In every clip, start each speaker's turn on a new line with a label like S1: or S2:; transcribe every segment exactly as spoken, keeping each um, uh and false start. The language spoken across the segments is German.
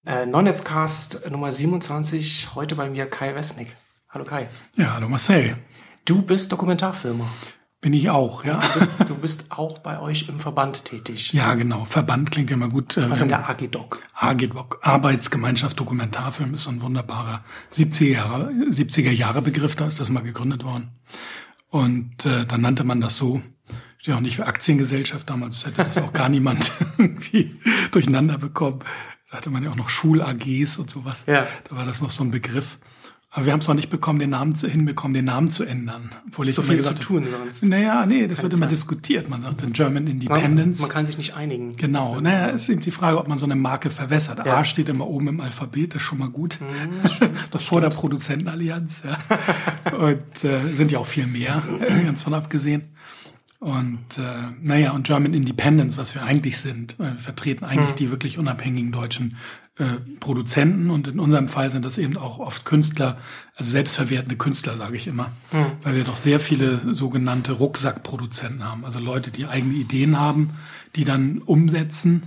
S1: Äh, Neunetzcast Nummer siebenundzwanzig, heute bei mir Kai Westnick. Hallo Kai.
S2: Ja, hallo Marcel.
S1: Du bist Dokumentarfilmer.
S2: Bin ich auch, ja.
S1: Du bist, du bist auch bei euch im Verband tätig.
S2: Ja, genau. Verband klingt ja mal gut.
S1: Was ist denn der A G Doc?
S2: A G Doc, Arbeitsgemeinschaft Dokumentarfilm, ist so ein wunderbarer siebziger Jahre, siebziger Jahre Begriff, da ist das mal gegründet worden. Und äh, dann nannte man das so. Steht auch nicht für Aktiengesellschaft, damals hätte das auch gar niemand irgendwie durcheinander bekommen. Da hatte man ja auch noch Schul-A Gs und sowas.
S1: Ja.
S2: Da war das noch so ein Begriff. Aber wir haben es noch nicht bekommen, den Namen zu, hinbekommen, den Namen zu ändern. Obwohl ich
S1: so
S2: immer
S1: viel
S2: gesagt
S1: zu tun
S2: habe,
S1: sonst.
S2: Naja, nee, das
S1: Keine
S2: wird immer
S1: Zeit.
S2: diskutiert. Man sagt dann German Independence.
S1: Man, man kann sich nicht einigen.
S2: Genau. Naja, ist eben die Frage, ob man so eine Marke verwässert.
S1: Ja.
S2: A steht immer oben im Alphabet, das ist schon mal gut.
S1: Mhm, das stimmt, das
S2: Noch vor der Produzentenallianz. Ja. Und äh, sind ja auch viel mehr, äh, ganz von abgesehen. Und äh, naja, und German Independence, was wir eigentlich sind, äh, vertreten eigentlich
S1: hm.
S2: die wirklich unabhängigen deutschen äh, Produzenten. Und in unserem Fall sind das eben auch oft Künstler, also selbstverwertende Künstler, sage ich immer,
S1: hm.
S2: weil wir doch sehr viele sogenannte Rucksackproduzenten haben. Also Leute, die eigene Ideen haben, die dann umsetzen.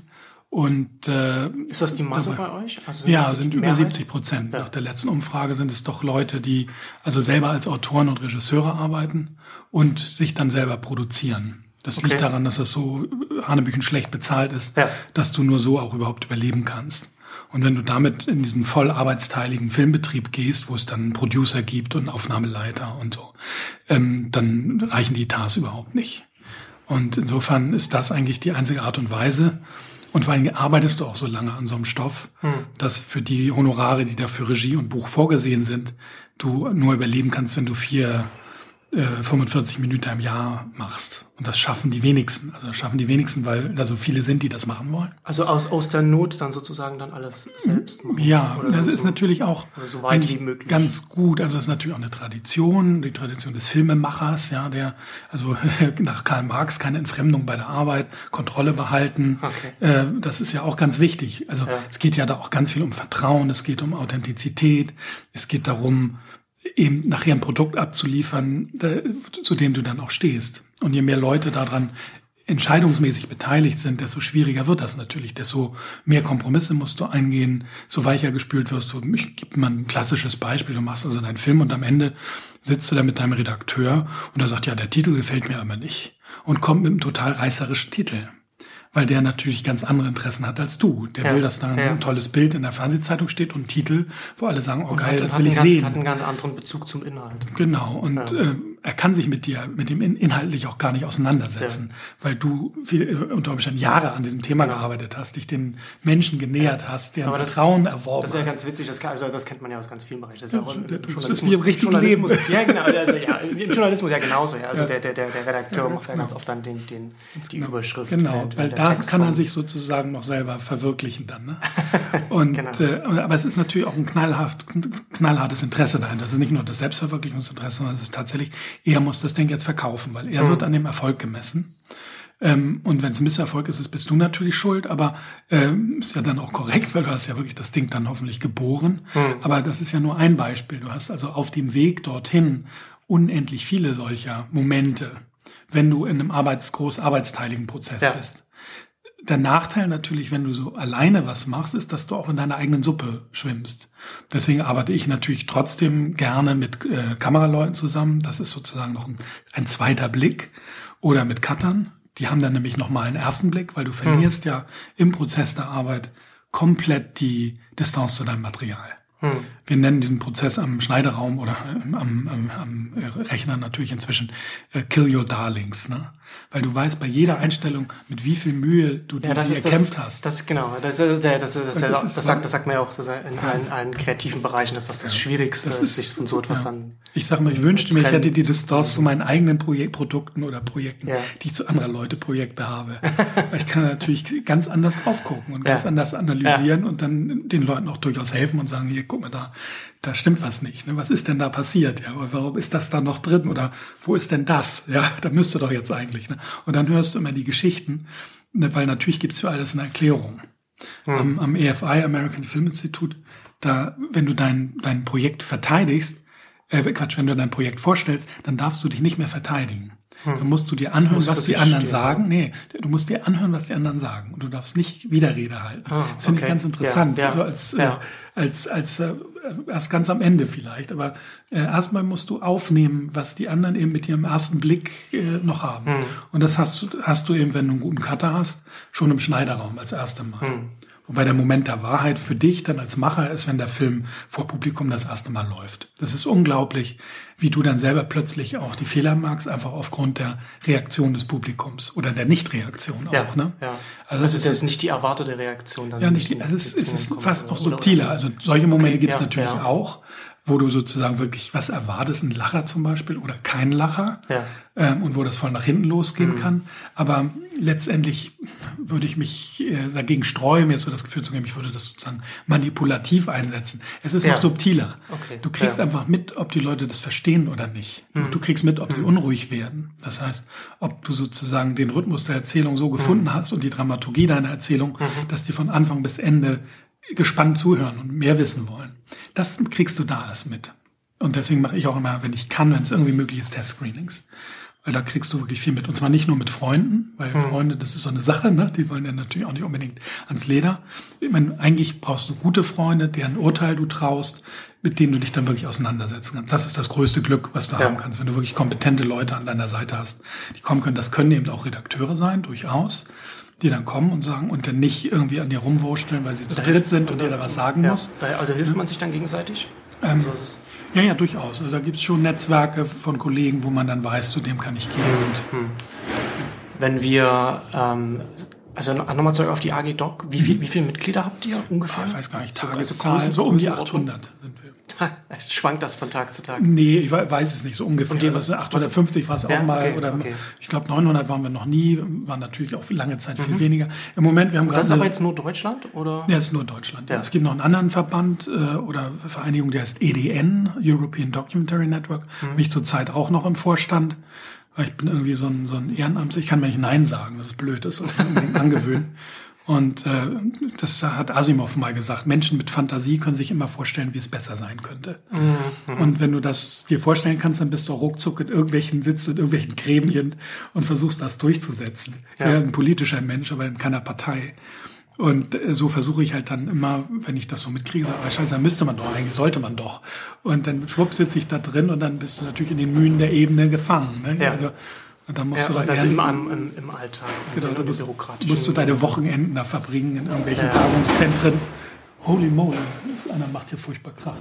S2: Und äh,
S1: ist das die Masse
S2: dabei,
S1: bei euch? Also sind
S2: ja,
S1: das die
S2: sind über
S1: Mehrheit?
S2: siebzig Prozent. Ja. Nach der letzten Umfrage sind es doch Leute, die also selber als Autoren und Regisseure arbeiten und sich dann selber produzieren. Das
S1: Okay.
S2: liegt daran, dass das so hanebüchen schlecht bezahlt ist,
S1: Ja.
S2: dass du nur so auch überhaupt überleben kannst. Und wenn du damit in diesen voll arbeitsteiligen Filmbetrieb gehst, wo es dann einen Producer gibt und einen Aufnahmeleiter und so, ähm, dann reichen die Etats überhaupt nicht. Und insofern ist das eigentlich die einzige Art und Weise. Und vor allem arbeitest du auch so lange an so einem Stoff, hm. dass für die Honorare, die da für Regie und Buch vorgesehen sind, du nur überleben kannst, wenn du vier, äh, fünfundvierzig Minuten im Jahr machst. Und das schaffen die wenigsten. Also das schaffen die wenigsten, weil da so viele sind, die das machen wollen.
S1: Also aus, aus der Not dann sozusagen dann alles selbst machen?
S2: Ja,
S1: Oder
S2: das
S1: so,
S2: ist natürlich auch
S1: so weit wie möglich.
S2: Ganz gut. Also es ist natürlich auch eine Tradition, die Tradition des Filmemachers, ja, der, also nach Karl Marx keine Entfremdung bei der Arbeit, Kontrolle behalten.
S1: Okay.
S2: Äh, das ist ja auch ganz wichtig. Also
S1: ja.
S2: es geht ja da auch ganz viel um Vertrauen, es geht um Authentizität, es geht darum, eben nachher ein Produkt abzuliefern, da, zu dem du dann auch stehst. Und je mehr Leute daran entscheidungsmäßig beteiligt sind, desto schwieriger wird das natürlich, desto mehr Kompromisse musst du eingehen, so weicher gespült wirst du. Ich gebe mal ein klassisches Beispiel, du machst also deinen Film und am Ende sitzt du da mit deinem Redakteur und er sagt, ja, der Titel gefällt mir aber nicht und kommt mit einem total reißerischen Titel. Weil der natürlich ganz andere Interessen hat als du. Der
S1: ja,
S2: will, dass da
S1: ja.
S2: ein tolles Bild in der Fernsehzeitung steht und ein Titel, wo alle sagen, oh
S1: und
S2: geil,
S1: hat,
S2: das
S1: hat
S2: will ich
S1: ganz,
S2: sehen.
S1: Hat einen ganz anderen Bezug zum Inhalt.
S2: Genau, und
S1: ja.
S2: äh, er kann sich mit dir, mit dem in, inhaltlich auch gar nicht auseinandersetzen, ja. weil du viel, unter Umständen Jahre an diesem Thema genau. gearbeitet hast, dich den Menschen genähert ja. hast, deren
S1: Aber
S2: Vertrauen
S1: das,
S2: erworben hast.
S1: Das ist ja ganz witzig, das, kann, also das kennt man ja aus ganz vielen Bereichen. Das ist ja auch im
S2: das ist wie im richtigen Leben.
S1: Ja, genau, also ja, im Journalismus ja genauso. Ja. Also ja. Der, der, der, der Redakteur ja, macht ja
S2: genau.
S1: ganz oft dann den, den, die
S2: genau.
S1: Überschrift.
S2: Genau,
S1: wenn,
S2: weil
S1: wenn
S2: da
S1: Text
S2: kann er
S1: kommt.
S2: sich sozusagen noch selber verwirklichen dann. Ne? Und,
S1: genau.
S2: äh, aber es ist natürlich auch ein knallhart, knallhartes Interesse dahinter. Das ist nicht nur das Selbstverwirklichungsinteresse, sondern es ist tatsächlich, er muss das Ding jetzt verkaufen, weil er mhm. wird an dem Erfolg gemessen. Ähm, und wenn es ein Misserfolg ist, bist du natürlich schuld, aber ähm, ist ja dann auch korrekt, weil du hast ja wirklich das Ding dann hoffentlich geboren. Mhm. Aber das ist ja nur ein Beispiel. Du hast also auf dem Weg dorthin unendlich viele solcher Momente, wenn du in einem arbeits-, groß arbeitsteiligen Prozess ja. bist. Der Nachteil natürlich, wenn du so alleine was machst, ist, dass du auch in deiner eigenen Suppe schwimmst. Deswegen arbeite ich natürlich trotzdem gerne mit äh, Kameraleuten zusammen. Das ist sozusagen noch ein, ein zweiter Blick. Oder mit Cuttern. Die haben dann nämlich nochmal einen ersten Blick, weil du verlierst hm. ja im Prozess der Arbeit komplett die Distanz zu deinem Material. Hm. Wir nennen diesen Prozess am Schneideraum oder am, am, am Rechner natürlich inzwischen äh, Kill Your Darlings, ne? Weil du weißt bei jeder Einstellung, mit wie viel Mühe du die,
S1: ja, das
S2: die
S1: ist
S2: erkämpft
S1: das,
S2: hast.
S1: Das genau, das, das, das, das, das,
S2: das,
S1: das, das, sagt, das sagt man ja auch in allen, allen kreativen Bereichen, dass das das ja. Schwierigste das ist, sich von so etwas ja. dann.
S2: Ich sage mal, ich wünschte mir, ich hätte die Distanz zu meinen eigenen Projek- Produkten oder Projekten, ja. die ich zu anderer Leute Projekte habe. Ich kann natürlich ganz anders drauf gucken und ganz ja. anders analysieren ja. und dann den Leuten auch durchaus helfen und sagen, hier, guck mal, da, da stimmt was nicht. Ne? Was ist denn da passiert? Ja, warum ist das da noch drin? Oder wo ist denn das? Ja, da müsste doch jetzt eigentlich. Ne? Und dann hörst du immer die Geschichten, ne? Weil natürlich gibt's für alles eine Erklärung. Hm. Am, am A F I, American Film Institute, da, wenn du dein, dein Projekt verteidigst, äh, Quatsch, wenn du dein Projekt vorstellst, dann darfst du dich nicht mehr verteidigen. Hm. Dann musst du dir anhören, was die anderen
S1: stehen,
S2: sagen. Nee, du musst dir anhören, was die anderen sagen. Und du darfst nicht Widerrede halten.
S1: Ah,
S2: das finde
S1: okay.
S2: ich ganz interessant.
S1: Ja, ja,
S2: also als,
S1: ja.
S2: äh, als, als äh, erst ganz am Ende vielleicht. Aber äh, erstmal musst du aufnehmen, was die anderen eben mit ihrem ersten Blick äh, noch haben. Hm. Und das hast du, hast du eben, wenn du einen guten Cutter hast, schon im Schneiderraum als erstes Mal. Hm. Wobei der Moment der Wahrheit für dich dann als Macher ist, wenn der Film vor Publikum das erste Mal läuft. Das ist unglaublich, wie du dann selber plötzlich auch die Fehler magst, einfach aufgrund der Reaktion des Publikums oder der Nichtreaktion
S1: ja,
S2: auch. Ne?
S1: Ja. Also, also das ist nicht die erwartete Reaktion. Dann
S2: ja, nicht die, also es, es ist fast noch subtiler. Also solche Momente okay, gibt es ja, natürlich ja. auch, wo du sozusagen wirklich was erwartest, ein Lacher zum Beispiel oder kein Lacher
S1: ja.
S2: ähm, und wo das voll nach hinten losgehen mhm. kann. Aber letztendlich würde ich mich äh, dagegen sträuben, jetzt so das Gefühl zu geben, ich würde das sozusagen manipulativ einsetzen. Es ist ja. noch subtiler.
S1: Okay.
S2: Du kriegst ja. einfach mit, ob die Leute das verstehen oder nicht. Mhm. Du kriegst mit, ob sie mhm. unruhig werden. Das heißt, ob du sozusagen den Rhythmus der Erzählung so gefunden mhm. hast und die Dramaturgie deiner Erzählung, mhm. dass die von Anfang bis Ende gespannt zuhören und mehr wissen wollen. Das kriegst du da erst mit. Und deswegen mache ich auch immer, wenn ich kann, wenn es irgendwie möglich ist, Test-Screenings. Weil da kriegst du wirklich viel mit. Und zwar nicht nur mit Freunden, weil mhm. Freunde, das ist so eine Sache, ne? Die wollen ja natürlich auch nicht unbedingt ans Leder. Ich meine, eigentlich brauchst du gute Freunde, deren Urteil du traust, mit denen du dich dann wirklich auseinandersetzen kannst. Das ist das größte Glück, was du ja. haben kannst, wenn du wirklich kompetente Leute an deiner Seite hast, die kommen können. Das können eben auch Redakteure sein, durchaus, die dann kommen und sagen und dann nicht irgendwie an dir rumwurschteln, weil sie zu dritt sind und dir da was sagen
S1: ja.
S2: muss.
S1: Also hilft man sich dann gegenseitig?
S2: Ähm,
S1: also ist es
S2: ja, ja, durchaus. Also da gibt es schon Netzwerke von Kollegen, wo man dann weiß, zu dem kann ich gehen.
S1: Hm. Und wenn wir, ähm, also nochmal zurück auf die A G Doc, wie, viel, wie viele Mitglieder habt ihr ungefähr?
S2: Ich weiß gar nicht,
S1: Tageszahl,
S2: also, so um die achthundert sind wir.
S1: Schwankt das von Tag zu Tag?
S2: Nee, ich weiß es nicht, so ungefähr.
S1: Die,
S2: also achthundertfünfzig war es auch
S1: ja,
S2: mal.
S1: okay,
S2: oder
S1: okay.
S2: Ich glaube, neunhundert waren wir noch nie, waren natürlich auch lange Zeit viel mhm. weniger. Im Moment, wir haben gerade.
S1: Das ist aber jetzt nur Deutschland? Oder?
S2: Ja, es ist nur Deutschland.
S1: Ja.
S2: Es gibt noch einen anderen Verband äh, oder Vereinigung, der heißt E D N, European Documentary Network. Mhm. Bin ich zurzeit auch noch im Vorstand. Weil ich bin irgendwie so ein, so ein Ehrenamt. Ich kann mir nicht Nein sagen, das ist blöd, das ist unbedingt angewöhnen. Und äh, das hat Asimov mal gesagt, Menschen mit Fantasie können sich immer vorstellen, wie es besser sein könnte. Mhm. Und wenn du das dir vorstellen kannst, dann bist du ruckzuck in irgendwelchen, sitzt in irgendwelchen Gremien und versuchst das durchzusetzen. Ich bin ja ein politischer Mensch, aber in keiner Partei. Und äh, so versuche ich halt dann immer, wenn ich das so mitkriege, aber scheiße, da müsste man doch, eigentlich sollte man doch. Und dann schwupp sitze ich da drin und dann bist du natürlich in den Mühen der Ebene gefangen. Ne?
S1: Ja.
S2: Also, und dann musst
S1: ja,
S2: du da
S1: und dann immer im, im, im Alltag.
S2: Genau, da musst,
S1: bürokratischen
S2: musst du deine Wochenenden da verbringen in irgendwelchen
S1: ja.
S2: Tagungszentren. Holy moly, einer macht hier furchtbar Krach.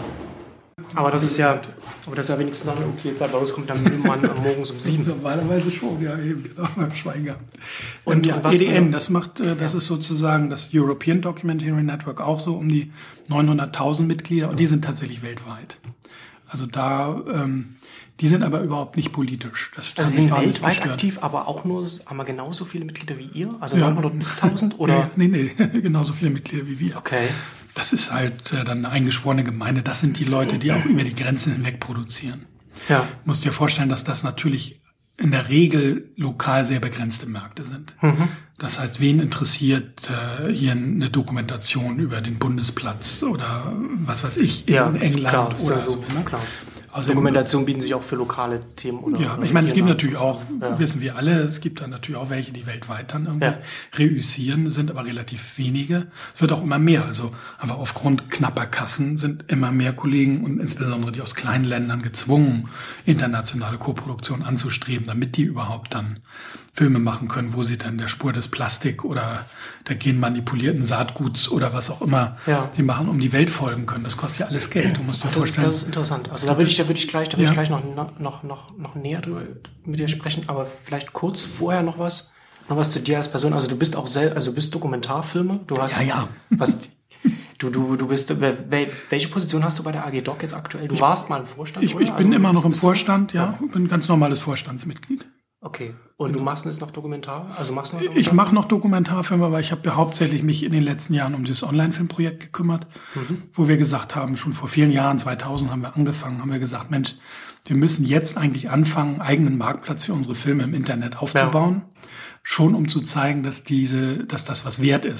S1: Aber das ist ja, aber das ist ja wenigstens noch eine okay Zeit. Bei uns kommt dann Müllmann morgens um sieben.
S2: Normalerweise schon, ja eben, genau, beim Schwein gehabt.
S1: Und,
S2: und ja,
S1: und was,
S2: E D N, das macht, das ja. ist sozusagen das European Documentary Network, auch so um die neunhunderttausend Mitglieder und die sind tatsächlich weltweit. Also da, ähm, die sind aber überhaupt nicht politisch. Das
S1: also sind weltweit gestört. Aktiv, aber auch nur, haben wir genauso viele Mitglieder wie ihr? Also ja. neunhundert bis tausend? Oder?
S2: Nee, nee, nee, genauso viele Mitglieder wie wir.
S1: Okay.
S2: Das ist halt äh, dann eine eingeschworene Gemeinde. Das sind die Leute, die auch über die Grenzen hinweg produzieren.
S1: Ja.
S2: Du musst dir vorstellen, dass das natürlich in der Regel lokal sehr begrenzte Märkte sind.
S1: Mhm.
S2: Das heißt, wen interessiert äh, hier eine Dokumentation über den Bundesplatz oder was weiß ich in
S1: ja,
S2: England
S1: klar,
S2: oder
S1: so,
S2: so. Ne?
S1: Klar. Also Dokumentationen bieten sich auch für lokale Themen. Oder,
S2: ja,
S1: oder
S2: ich meine, es gibt natürlich
S1: so.
S2: auch,
S1: ja.
S2: wissen wir alle, es gibt dann natürlich auch welche, die weltweit dann irgendwie
S1: ja.
S2: reüssieren, sind aber relativ wenige. Es wird auch immer mehr. Also einfach aufgrund knapper Kassen sind immer mehr Kollegen und insbesondere die aus kleinen Ländern gezwungen, internationale Koproduktion anzustreben, damit die überhaupt dann Filme machen können, wo sie dann der Spur des Plastik oder der genmanipulierten Saatguts oder was auch immer
S1: ja.
S2: sie machen, um die Welt folgen können. Das kostet ja alles Geld. Du musst dir
S1: das
S2: vorstellen.
S1: Ist, das ist interessant. Also da würde ich, da würde ich gleich, da würde ja. ich gleich noch, noch, noch, noch näher drüber mit dir sprechen, aber vielleicht kurz vorher noch was, noch was zu dir als Person. Also du bist auch selbst, also du bist Dokumentarfilmer. Du hast,
S2: ja, ja.
S1: Was, du, du, du bist, welche Position hast du bei der A G Doc jetzt aktuell? Du warst mal im Vorstand,
S2: Ich,
S1: oder?
S2: ich bin
S1: also,
S2: immer noch im
S1: bist
S2: Vorstand, ja.
S1: ja.
S2: Ich bin ein ganz normales Vorstandsmitglied.
S1: Okay. Und du machst jetzt noch Dokumentar? Also machst du noch
S2: Ich mache noch Dokumentarfilme, aber ich habe ja hauptsächlich mich in den letzten Jahren um dieses Online-Filmprojekt gekümmert, mhm. wo wir gesagt haben, schon vor vielen Jahren, zweitausend haben wir angefangen, haben wir gesagt, Mensch, wir müssen jetzt eigentlich anfangen, einen eigenen Marktplatz für unsere Filme im Internet aufzubauen, ja. schon um zu zeigen, dass diese, dass das was wert ist.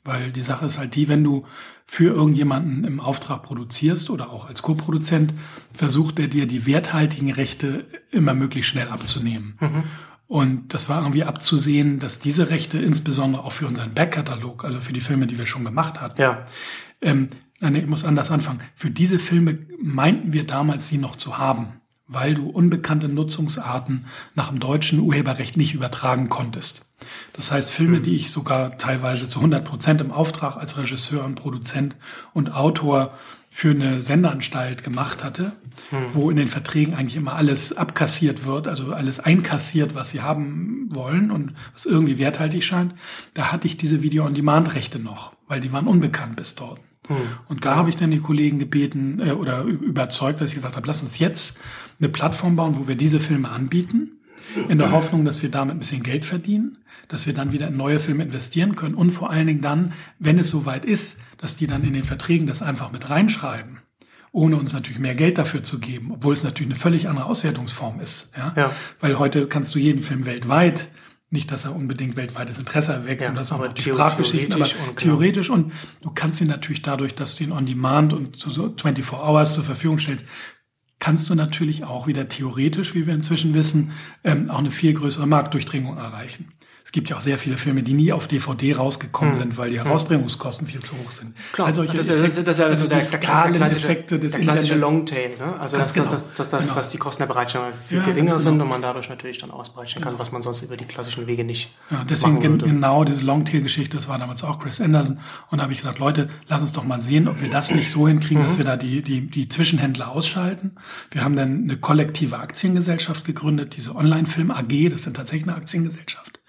S2: Weil die Sache ist halt die, wenn du für irgendjemanden im Auftrag produzierst oder auch als Co-Produzent, versucht er dir die werthaltigen Rechte immer möglichst schnell abzunehmen. Mhm. Und das war irgendwie abzusehen, dass diese Rechte insbesondere auch für unseren Backkatalog, also für die Filme, die wir schon gemacht hatten,
S1: ja.
S2: ähm, nein, ich muss anders anfangen. Für diese Filme meinten wir damals, sie noch zu haben, weil du unbekannte Nutzungsarten nach dem deutschen Urheberrecht nicht übertragen konntest. Das heißt, Filme, mhm. die ich sogar teilweise zu hundert Prozent im Auftrag als Regisseur und Produzent und Autor für eine Sendeanstalt gemacht hatte, mhm. wo in den Verträgen eigentlich immer alles abkassiert wird, also alles einkassiert, was sie haben wollen und was irgendwie werthaltig scheint, da hatte ich diese Video-on-Demand-Rechte noch, weil die waren unbekannt bis dort. Mhm. Und da habe ich dann die Kollegen gebeten äh, oder überzeugt, dass ich gesagt habe, lass uns jetzt eine Plattform bauen, wo wir diese Filme anbieten, in der Hoffnung, dass wir damit ein bisschen Geld verdienen, dass wir dann wieder in neue Filme investieren können und vor allen Dingen dann, wenn es soweit ist, dass die dann in den Verträgen das einfach mit reinschreiben, ohne uns natürlich mehr Geld dafür zu geben, obwohl es natürlich eine völlig andere Auswertungsform ist. Ja? Ja. Weil heute kannst du jeden Film weltweit, nicht, dass er unbedingt weltweites Interesse erweckt, ja, und das auch noch die Sprachgeschichten, aber und theoretisch genau. Und du kannst ihn natürlich dadurch, dass du ihn on demand und so vierundzwanzig Hours zur Verfügung stellst, kannst du natürlich auch wieder theoretisch, wie wir inzwischen wissen, ähm, auch eine viel größere Marktdurchdringung erreichen. Es gibt ja auch sehr viele Filme, die nie auf D V D rausgekommen hm. sind, weil die Herausbringungskosten viel zu hoch sind.
S1: Klar,
S2: also
S1: das, das, das, das ist also der, der, klassische,
S2: Effekte des
S1: der klassische
S2: Internets.
S1: Longtail. Ne? Also dass, genau. dass, dass, dass, genau. dass die Kosten der Bereitstellung viel ja, geringer genau. sind und man dadurch natürlich dann ausbereitstellen kann, genau. was man sonst über die klassischen Wege nicht
S2: ja, deswegen
S1: machen würde.
S2: Genau diese Longtail-Geschichte, das war damals auch Chris Anderson. Und da habe ich gesagt, Leute, lass uns doch mal sehen, ob wir das nicht so hinkriegen, mhm. dass wir da die, die, die Zwischenhändler ausschalten. Wir haben dann eine kollektive Aktiengesellschaft gegründet, diese Online-Film A G, das ist dann tatsächlich eine Aktiengesellschaft.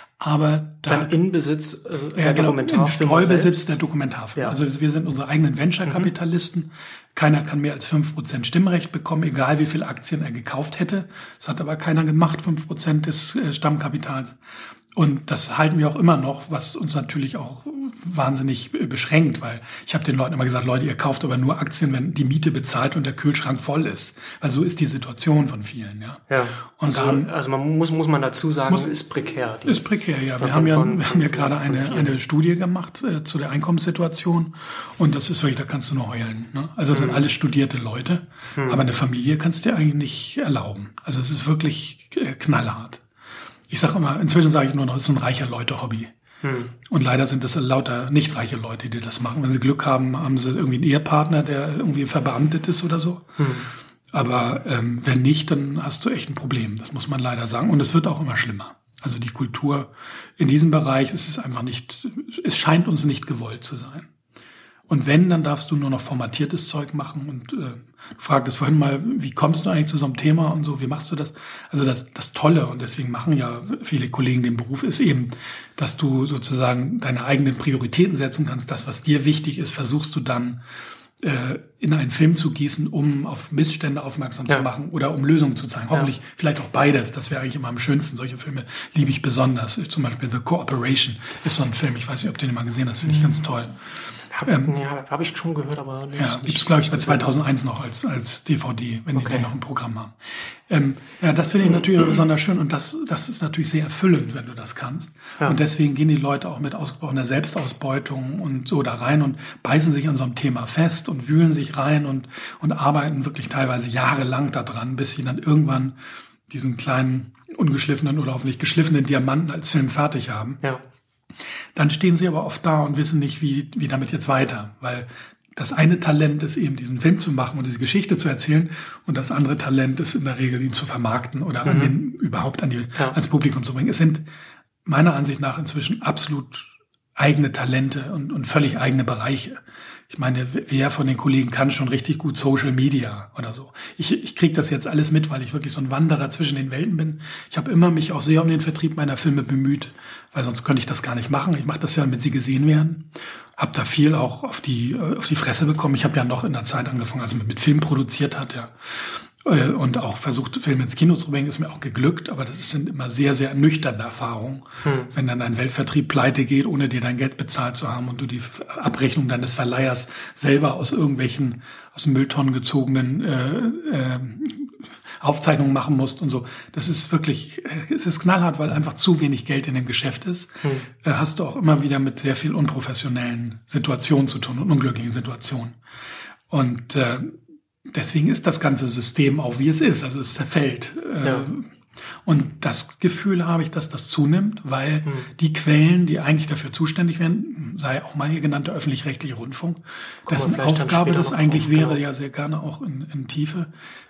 S2: Aber da,
S1: dann in Besitz also der
S2: ja, genau,
S1: Dokumentarfilme.
S2: Im Streubesitz der Dokumentarfilme. Ja. Also wir sind unsere eigenen Venture-Kapitalisten. Mhm. Keiner kann mehr als fünf Prozent Stimmrecht bekommen, egal wie viele Aktien er gekauft hätte. Das hat aber keiner gemacht, fünf Prozent des Stammkapitals. Und das halten wir auch immer noch, was uns natürlich auch wahnsinnig beschränkt, weil ich habe den Leuten immer gesagt, Leute, ihr kauft aber nur Aktien, wenn die Miete bezahlt und der Kühlschrank voll ist. Weil so ist die Situation von vielen. Ja.
S1: Ja.
S2: Und
S1: also,
S2: dann,
S1: also man muss muss man dazu sagen, muss, ist prekär.
S2: Die ist prekär, ja. Von, wir haben ja von, wir haben ja gerade eine eine Studie gemacht äh, zu der Einkommenssituation und das ist wirklich, da kannst du nur heulen. Ne? Also das mhm. sind alles studierte Leute, mhm. aber eine Familie kannst du dir eigentlich nicht erlauben. Also es ist wirklich äh, knallhart. Ich sage immer, inzwischen sage ich nur noch, es ist ein reicher Leute-Hobby. Hm. Und leider sind das lauter nicht reiche Leute, die das machen. Wenn sie Glück haben, haben sie irgendwie einen Ehepartner, der irgendwie verbeamtet ist oder so. Hm. Aber ähm, wenn nicht, dann hast du echt ein Problem. Das muss man leider sagen. Und es wird auch immer schlimmer. Also die Kultur in diesem Bereich, es ist einfach nicht, es scheint uns nicht gewollt zu sein. Und wenn, dann darfst du nur noch formatiertes Zeug machen. Und äh, du fragtest vorhin mal, wie kommst du eigentlich zu so einem Thema und so, wie machst du das? Also das, das Tolle, und deswegen machen ja viele Kollegen den Beruf, ist eben, dass du sozusagen deine eigenen Prioritäten setzen kannst. Das, was dir wichtig ist, versuchst du dann äh, in einen Film zu gießen, um auf Missstände aufmerksam ja. zu machen oder um Lösungen zu zeigen. Hoffentlich ja. vielleicht auch beides. Das wäre eigentlich immer am schönsten. Solche Filme liebe ich besonders. Zum Beispiel The Cooperation ist so ein Film. Ich weiß nicht, ob du den mal gesehen hast. Finde ich ganz toll.
S1: Hab, ähm, ja, habe ich schon gehört, aber nicht.
S2: Ja, gibt's glaube ich bei zweitausendeins noch als als D V D, wenn die okay. dann noch ein Programm haben. Ähm, ja, das finde ich natürlich besonders schön und das das ist natürlich sehr erfüllend, wenn du das kannst. Ja. Und deswegen gehen die Leute auch mit ausgebrochener Selbstausbeutung und so da rein und beißen sich an so einem Thema fest und wühlen sich rein und und arbeiten wirklich teilweise jahrelang daran, bis sie dann irgendwann diesen kleinen ungeschliffenen oder hoffentlich geschliffenen Diamanten als Film fertig haben.
S1: Ja.
S2: Dann stehen sie aber oft da und wissen nicht, wie, wie damit jetzt weiter. Weil das eine Talent ist eben, diesen Film zu machen und diese Geschichte zu erzählen. Und das andere Talent ist in der Regel, ihn zu vermarkten oder mhm. an den, überhaupt an die, ja. ans Publikum zu bringen. Es sind meiner Ansicht nach inzwischen absolut eigene Talente und, und völlig eigene Bereiche. Ich meine, wer von den Kollegen kann schon richtig gut Social Media oder so. Ich, ich kriege das jetzt alles mit, weil ich wirklich so ein Wanderer zwischen den Welten bin. Ich habe immer mich auch sehr um den Vertrieb meiner Filme bemüht, weil sonst könnte ich das gar nicht machen. Ich mache das ja, damit sie gesehen werden. Habe da viel auch auf die auf die Fresse bekommen. Ich habe ja noch in der Zeit angefangen, als man mit Film produziert hat, ja. Und auch versucht, Filme ins Kino zu bringen, ist mir auch geglückt, aber das sind immer sehr, sehr ernüchternde Erfahrungen, hm. wenn dann ein Weltvertrieb pleite geht, ohne dir dein Geld bezahlt zu haben und du die Abrechnung deines Verleihers selber aus irgendwelchen, aus Mülltonnen gezogenen äh, äh, Aufzeichnungen machen musst und so. Das ist wirklich, es ist knallhart, weil einfach zu wenig Geld in dem Geschäft ist. Hm. Äh, hast du auch immer wieder mit sehr viel unprofessionellen Situationen zu tun und unglücklichen Situationen. Und äh, deswegen ist das ganze System auch, wie es ist. Also es zerfällt. Äh, ja. Und das Gefühl habe ich, dass das zunimmt, weil hm. die Quellen, die eigentlich dafür zuständig wären, sei auch mal hier genannt der öffentlich-rechtliche Rundfunk, dessen Aufgabe das eigentlich wäre, genau. ja sehr gerne auch in, in Tiefe,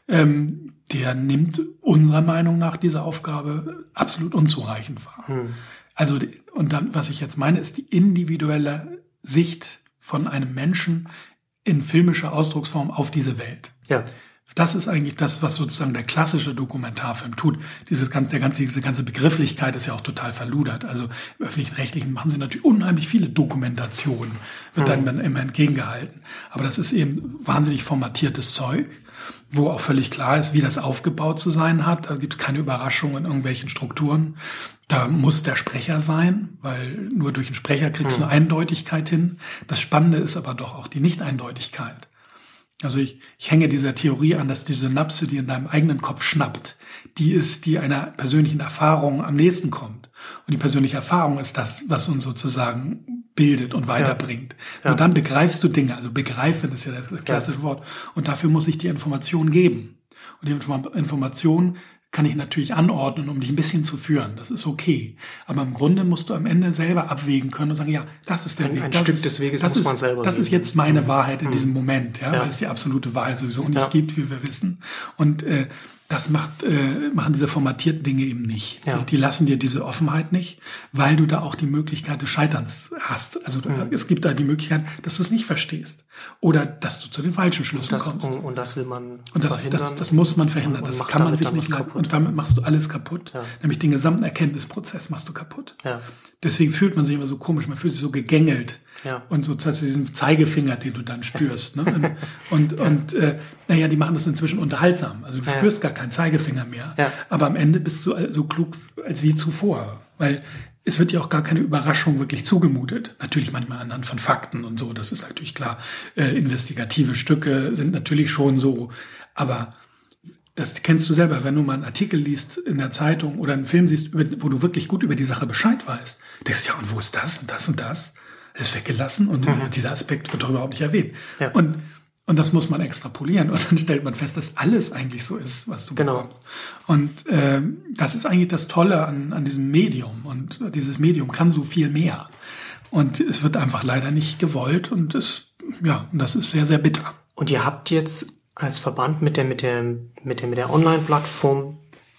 S2: ähm, der nimmt unserer Meinung nach diese Aufgabe absolut unzureichend wahr. Hm. Also, und dann, was ich jetzt meine, ist die individuelle Sicht von einem Menschen in filmischer Ausdrucksform auf diese Welt. Ja. Das ist eigentlich das, was sozusagen der klassische Dokumentarfilm tut. Dieses ganze, der ganze, diese ganze Begrifflichkeit ist ja auch total verludert. Also im Öffentlich-Rechtlichen machen sie natürlich unheimlich viele Dokumentationen, wird mhm. dann immer entgegengehalten. Aber das ist eben wahnsinnig formatiertes Zeug, wo auch völlig klar ist, wie das aufgebaut zu sein hat. Da gibt es keine Überraschungen in irgendwelchen Strukturen. Da muss der Sprecher sein, weil nur durch einen Sprecher kriegst du mhm. eine Eindeutigkeit hin. Das Spannende ist aber doch auch die Nicht-Eindeutigkeit. Also ich, ich hänge dieser Theorie an, dass die Synapse, die in deinem eigenen Kopf schnappt, die ist, die einer persönlichen Erfahrung am nächsten kommt. Und die persönliche Erfahrung ist das, was uns sozusagen bildet und weiterbringt. Ja. Ja. Nur dann begreifst du Dinge. Also begreifen ist ja das, das klassische ja. Wort. Und dafür muss ich dir Informationen geben. Und die Inform- Information kann ich natürlich anordnen, um dich ein bisschen zu führen. Das ist okay. Aber im Grunde musst du am Ende selber abwägen können und sagen, ja, das ist der
S1: ein,
S2: Weg.
S1: Ein
S2: das
S1: Stück
S2: ist,
S1: des Weges
S2: das
S1: muss
S2: ist,
S1: man selber
S2: Das
S1: leben.
S2: ist jetzt meine mhm. Wahrheit in
S1: mhm.
S2: diesem Moment, ja, ja, weil es die absolute Wahrheit sowieso nicht ja. gibt, wie wir wissen. Und äh, das macht, äh, machen diese formatierten Dinge eben nicht. Ja. Die, die lassen dir diese Offenheit nicht, weil du da auch die Möglichkeit des Scheiterns hast. Also mhm. es gibt da die Möglichkeit, dass du es nicht verstehst oder dass du zu den falschen Schlüssen
S1: und das,
S2: kommst.
S1: Und, und das will man
S2: und das,
S1: verhindern.
S2: Das, das muss man verhindern.
S1: Und, und
S2: das kann man sich nicht leisten. Und damit machst du alles kaputt. Ja. Nämlich den gesamten Erkenntnisprozess machst du kaputt. Ja. Deswegen fühlt man sich immer so komisch, man fühlt sich so gegängelt. Ja. Und so diesen Zeigefinger, den du dann spürst. Ne? Und, ja. und äh, naja, die machen das inzwischen unterhaltsam. Also du ja. spürst gar keinen Zeigefinger mehr. Ja. Aber am Ende bist du so klug als wie zuvor. Weil es wird dir auch gar keine Überraschung wirklich zugemutet. Natürlich manchmal anhand von Fakten und so, das ist natürlich klar. Äh, investigative Stücke sind natürlich schon so. Aber das kennst du selber, wenn du mal einen Artikel liest in der Zeitung oder einen Film siehst, wo du wirklich gut über die Sache Bescheid weißt. Denkst du, ja, und wo ist das und das und das? Das ist weggelassen und mhm. dieser Aspekt wird doch überhaupt nicht erwähnt. Ja. Und, und das muss man extrapolieren und dann stellt man fest, dass alles eigentlich so ist, was du genau. bekommst. Und äh, das ist eigentlich das Tolle an, an diesem Medium und dieses Medium kann so viel mehr. Und es wird einfach leider nicht gewollt und es, ja, und das ist sehr, sehr bitter.
S1: Und ihr habt jetzt als Verband mit der, mit der, mit der, mit der Online-Plattform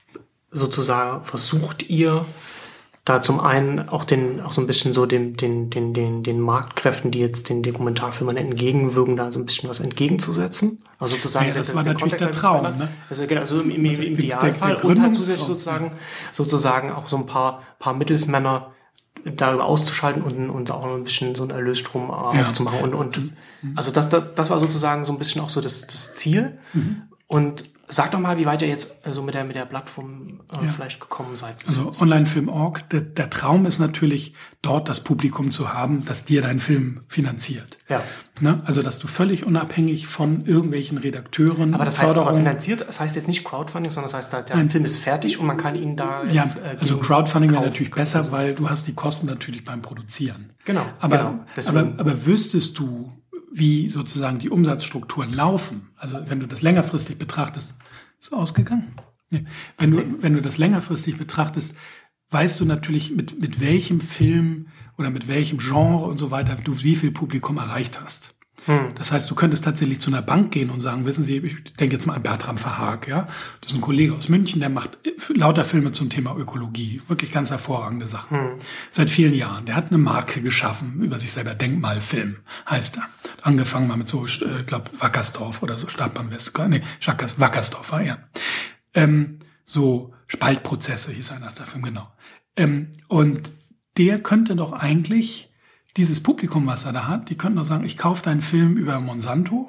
S1: sozusagen versucht ihr, da zum einen auch den, auch so ein bisschen so den, den, den, den, den Marktkräften, die jetzt den Dokumentarfilmern entgegenwirken, da so ein bisschen was entgegenzusetzen. Also sozusagen,
S2: ja, das, das war das natürlich der Traum, ne?
S1: Also, also im, im, im Idealfall und halt zusätzlich sozusagen, sozusagen auch so ein paar, paar Mittelsmänner darüber auszuschalten und, und auch noch ein bisschen so einen Erlösstrom ja. aufzumachen. Und, und, mhm. also das, das, das war sozusagen so ein bisschen auch so das, das Ziel. Mhm. Und sag doch mal, wie weit ihr jetzt also mit der mit der Plattform äh, ja. vielleicht gekommen seid.
S2: Also Onlinefilm Punkt org, der, der Traum ist natürlich, dort das Publikum zu haben, das dir deinen Film finanziert. Ja. Ne? Also dass du völlig unabhängig von irgendwelchen Redakteuren.
S1: Aber das heißt aber finanziert, das heißt jetzt nicht Crowdfunding, sondern das heißt, der Nein. Film ist fertig und man kann ihn da jetzt.
S2: Ja, also Crowdfunding wäre natürlich besser, also. weil du hast die Kosten natürlich beim Produzieren.
S1: Genau.
S2: Aber,
S1: genau.
S2: aber, aber wüsstest du, wie sozusagen die Umsatzstrukturen laufen, also wenn du das längerfristig betrachtest, ist so ausgegangen? Nee. Wenn du, wenn du das längerfristig betrachtest, weißt du natürlich, mit, mit welchem Film oder mit welchem Genre und so weiter du wie viel Publikum erreicht hast. Hm. Das heißt, du könntest tatsächlich zu einer Bank gehen und sagen, wissen Sie, ich denke jetzt mal an Bertram Verhaag, ja. Das ist ein Kollege aus München, der macht lauter Filme zum Thema Ökologie. Wirklich ganz hervorragende Sachen. Hm. Seit vielen Jahren. Der hat eine Marke geschaffen über sich selber. Denkmalfilm heißt er. Angefangen mal mit so, ich glaube, Wackersdorf oder so, Stadtbahn-West. Nee, Wackersdorf war er. Ähm, so Spaltprozesse hieß einer der Film, genau. Ähm, und der könnte doch eigentlich dieses Publikum, was er da hat, die könnten doch sagen, ich kaufe deinen Film über Monsanto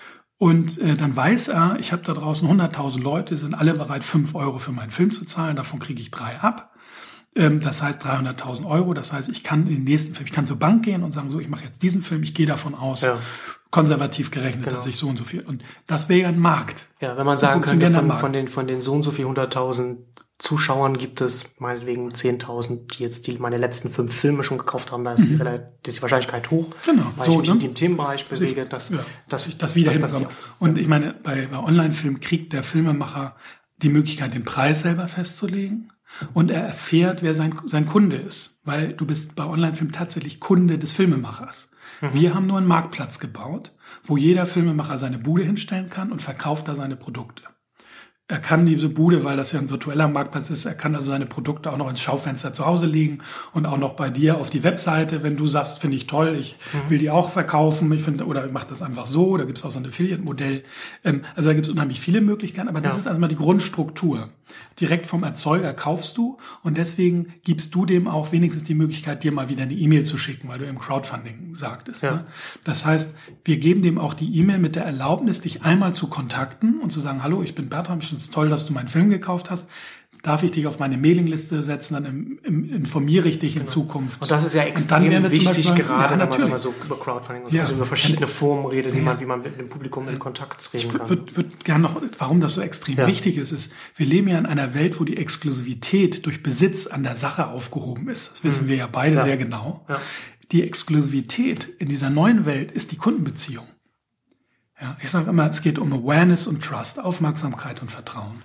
S2: und äh, dann weiß er, ich habe da draußen hunderttausend Leute, sind alle bereit, fünf Euro für meinen Film zu zahlen, davon kriege ich drei ab. Ähm, das heißt dreihunderttausend Euro, das heißt, ich kann in den nächsten Film, ich kann zur Bank gehen und sagen, so, ich mache jetzt diesen Film, ich gehe davon aus, ja. konservativ gerechnet,
S1: genau.
S2: dass ich so und so viel. Und das wäre ja ein Markt.
S1: Ja, wenn man sagen könnte, von, von den, von den so und so viel hunderttausend Zuschauern gibt es meinetwegen zehntausend, die jetzt die meine letzten fünf Filme schon gekauft haben, da ist, mhm. die, relativ, ist die Wahrscheinlichkeit hoch,
S2: genau.
S1: weil
S2: so,
S1: ich mich
S2: ne?
S1: in dem Themenbereich bewege, dass,
S2: ja,
S1: dass,
S2: ich das wieder
S1: dass, dass
S2: Und ich meine, bei, bei Online-Filmen kriegt der Filmemacher die Möglichkeit, den Preis selber festzulegen. Und er erfährt, wer sein, sein Kunde ist. Weil du bist bei Online-Film tatsächlich Kunde des Filmemachers. Mhm. Wir haben nur einen Marktplatz gebaut, wo jeder Filmemacher seine Bude hinstellen kann und verkauft da seine Produkte. Er kann diese Bude, weil das ja ein virtueller Marktplatz ist, er kann also seine Produkte auch noch ins Schaufenster zu Hause legen und auch noch bei dir auf die Webseite, wenn du sagst, finde ich toll, ich mhm. will die auch verkaufen, ich finde, oder ich mache das einfach so, da gibt es auch so ein Affiliate-Modell. Ähm, also da gibt es unheimlich viele Möglichkeiten, aber das ja. ist also mal die Grundstruktur. Direkt vom Erzeuger kaufst du und deswegen gibst du dem auch wenigstens die Möglichkeit, dir mal wieder eine E-Mail zu schicken, weil du im Crowdfunding sagtest. Ja. Ne? Das heißt, wir geben dem auch die E-Mail mit der Erlaubnis, dich einmal zu kontakten und zu sagen, hallo, ich bin Bertram, ich finde es toll, dass du meinen Film gekauft hast. Darf ich dich auf meine Mailingliste setzen, dann im, im, informiere ich dich genau. in Zukunft.
S1: Und das ist ja extrem wichtig, Beispiel, gerade
S2: ja,
S1: wenn man so über Crowdfunding, also, ja. also über verschiedene Formen redet, ja. wie, man, wie man mit dem Publikum in Kontakt treten kann.
S2: Ich würde würd gerne noch, warum das so extrem ja. wichtig ist, ist, wir leben ja in einer Welt, wo die Exklusivität durch Besitz an der Sache aufgehoben ist. Das wissen mhm. wir ja beide ja. sehr genau. Ja. Die Exklusivität in dieser neuen Welt ist die Kundenbeziehung. Ja, ich sage immer, es geht um Awareness und Trust, Aufmerksamkeit und Vertrauen.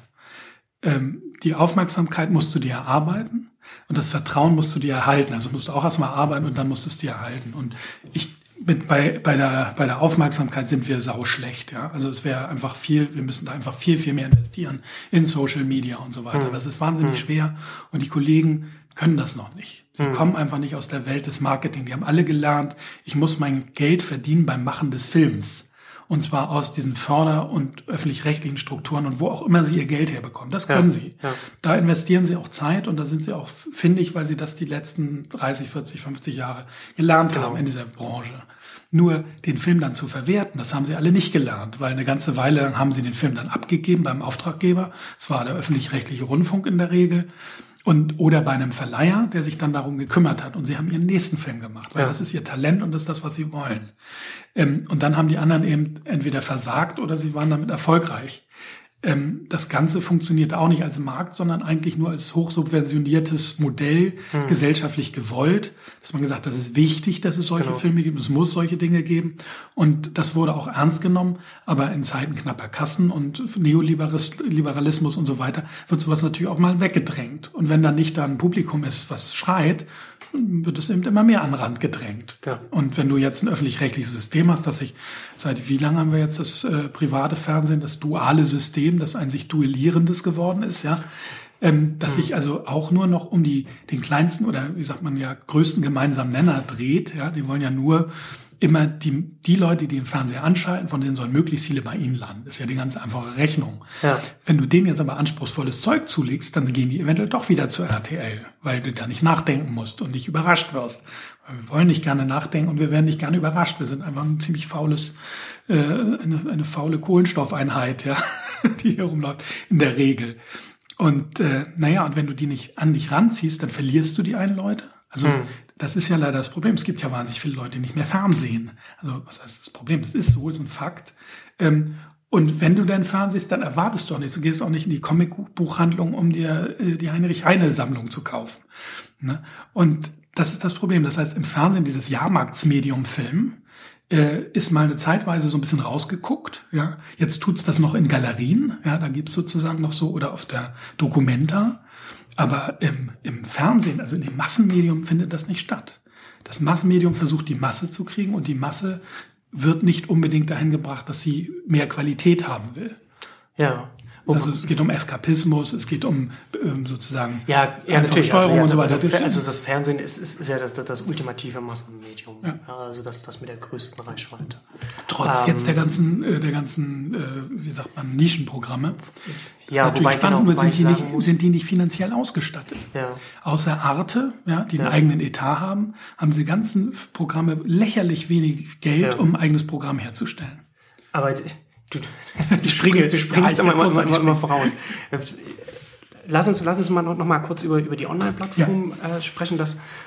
S2: Ähm, die Aufmerksamkeit musst du dir erarbeiten und das Vertrauen musst du dir erhalten. Also musst du auch erstmal arbeiten und dann musst du es dir erhalten. Und ich mit bei bei der bei der Aufmerksamkeit sind wir sauschlecht. Ja, also es wäre einfach viel. Wir müssen da einfach viel viel mehr investieren in Social Media und so weiter. Mhm. Das ist wahnsinnig mhm. schwer und die Kollegen können das noch nicht. Sie mhm. kommen einfach nicht aus der Welt des Marketing. Die haben alle gelernt, ich muss mein Geld verdienen beim Machen des Films. Und zwar aus diesen Förder- und öffentlich-rechtlichen Strukturen und wo auch immer sie ihr Geld herbekommen. Das können ja, sie. Ja. Da investieren sie auch Zeit und da sind sie auch findig, weil sie das die letzten dreißig, vierzig, fünfzig Jahre gelernt genau. haben in dieser Branche. Nur den Film dann zu verwerten, das haben sie alle nicht gelernt, weil eine ganze Weile lang haben sie den Film dann abgegeben beim Auftraggeber. Das war der öffentlich-rechtliche Rundfunk in der Regel. Und, oder bei einem Verleiher, der sich dann darum gekümmert hat. Und sie haben ihren nächsten Film gemacht, weil ja. das ist ihr Talent und das ist das, was sie wollen. Ähm, und dann haben die anderen eben entweder versagt oder sie waren damit erfolgreich. Ähm, das Ganze funktioniert auch nicht als Markt, sondern eigentlich nur als hochsubventioniertes Modell, hm. gesellschaftlich gewollt. Dass man gesagt hat, das ist wichtig, dass es solche genau. Filme gibt, es muss solche Dinge geben. Und das wurde auch ernst genommen. Aber in Zeiten knapper Kassen und Neoliberalismus und so weiter wird sowas natürlich auch mal weggedrängt. Und wenn dann nicht da ein Publikum ist, was schreit, wird es eben immer mehr an den Rand gedrängt. Ja. Und wenn du jetzt ein öffentlich-rechtliches System hast, dass sich, seit wie lange haben wir jetzt das äh, private Fernsehen, das duale System, das ein sich duellierendes geworden ist, ja, ähm, dass mhm. sich also auch nur noch um die den kleinsten oder wie sagt man ja größten gemeinsamen Nenner dreht, ja, die wollen ja nur immer die, die Leute, die den Fernseher anschalten, von denen sollen möglichst viele bei ihnen landen. Das ist ja die ganz einfache Rechnung. Ja. Wenn du denen jetzt aber anspruchsvolles Zeug zulegst, dann gehen die eventuell doch wieder zur R T L, weil du da nicht nachdenken musst und nicht überrascht wirst. Weil wir wollen nicht gerne nachdenken und wir werden nicht gerne überrascht. Wir sind einfach ein ziemlich faules, äh, eine, eine faule Kohlenstoffeinheit, ja, die hier rumläuft, in der Regel. Und äh, naja, und wenn du die nicht an dich ranziehst, dann verlierst du die einen Leute. Also hm. das ist ja leider das Problem. Es gibt ja wahnsinnig viele Leute, die nicht mehr Fernsehen. Also was heißt das Problem? Das ist so, ist ein Fakt. Ähm, und wenn du dann fernsehst, dann erwartest du auch nichts. Du gehst auch nicht in die Comicbuchhandlung, um dir äh, die Heinrich-Heine-Sammlung zu kaufen. Ne? Und das ist das Problem. Das heißt, im Fernsehen, dieses Jahrmarktsmedium Film, äh, ist mal eine Zeitweise so ein bisschen rausgeguckt. Ja, jetzt tut's das noch in Galerien. Ja, da gibt's sozusagen noch so, oder auf der Documenta. Aber im, im Fernsehen, also in dem Massenmedium, findet das nicht statt. Das Massenmedium versucht, die Masse zu kriegen und die Masse wird nicht unbedingt dahin gebracht, dass sie mehr Qualität haben will.
S1: Ja.
S2: Also es geht um Eskapismus, es geht um ähm, sozusagen
S1: ja, ja natürlich
S2: Steuerung
S1: also, ja,
S2: und so weiter.
S1: Also, also das Fernsehen ist, ist, ist ja das, das ultimative Massenmedium, ja. Also das, das mit der größten Reichweite.
S2: Trotz ähm, jetzt der ganzen, äh, der ganzen, äh, wie sagt man, Nischenprogramme.
S1: Ja, natürlich spannend,
S2: genau, sind, die nicht, muss, sind die nicht finanziell ausgestattet.
S1: Ja.
S2: Außer Arte, ja, die einen
S1: ja.
S2: eigenen Etat haben, haben sie ganzen Programme lächerlich wenig Geld, ja. um ein eigenes Programm herzustellen.
S1: Aber Du, du, springst, du springst ja, immer, immer, immer, immer voraus. Lass uns, lass uns mal noch, noch mal kurz über, über die Online-Plattform ja. äh, sprechen. Das,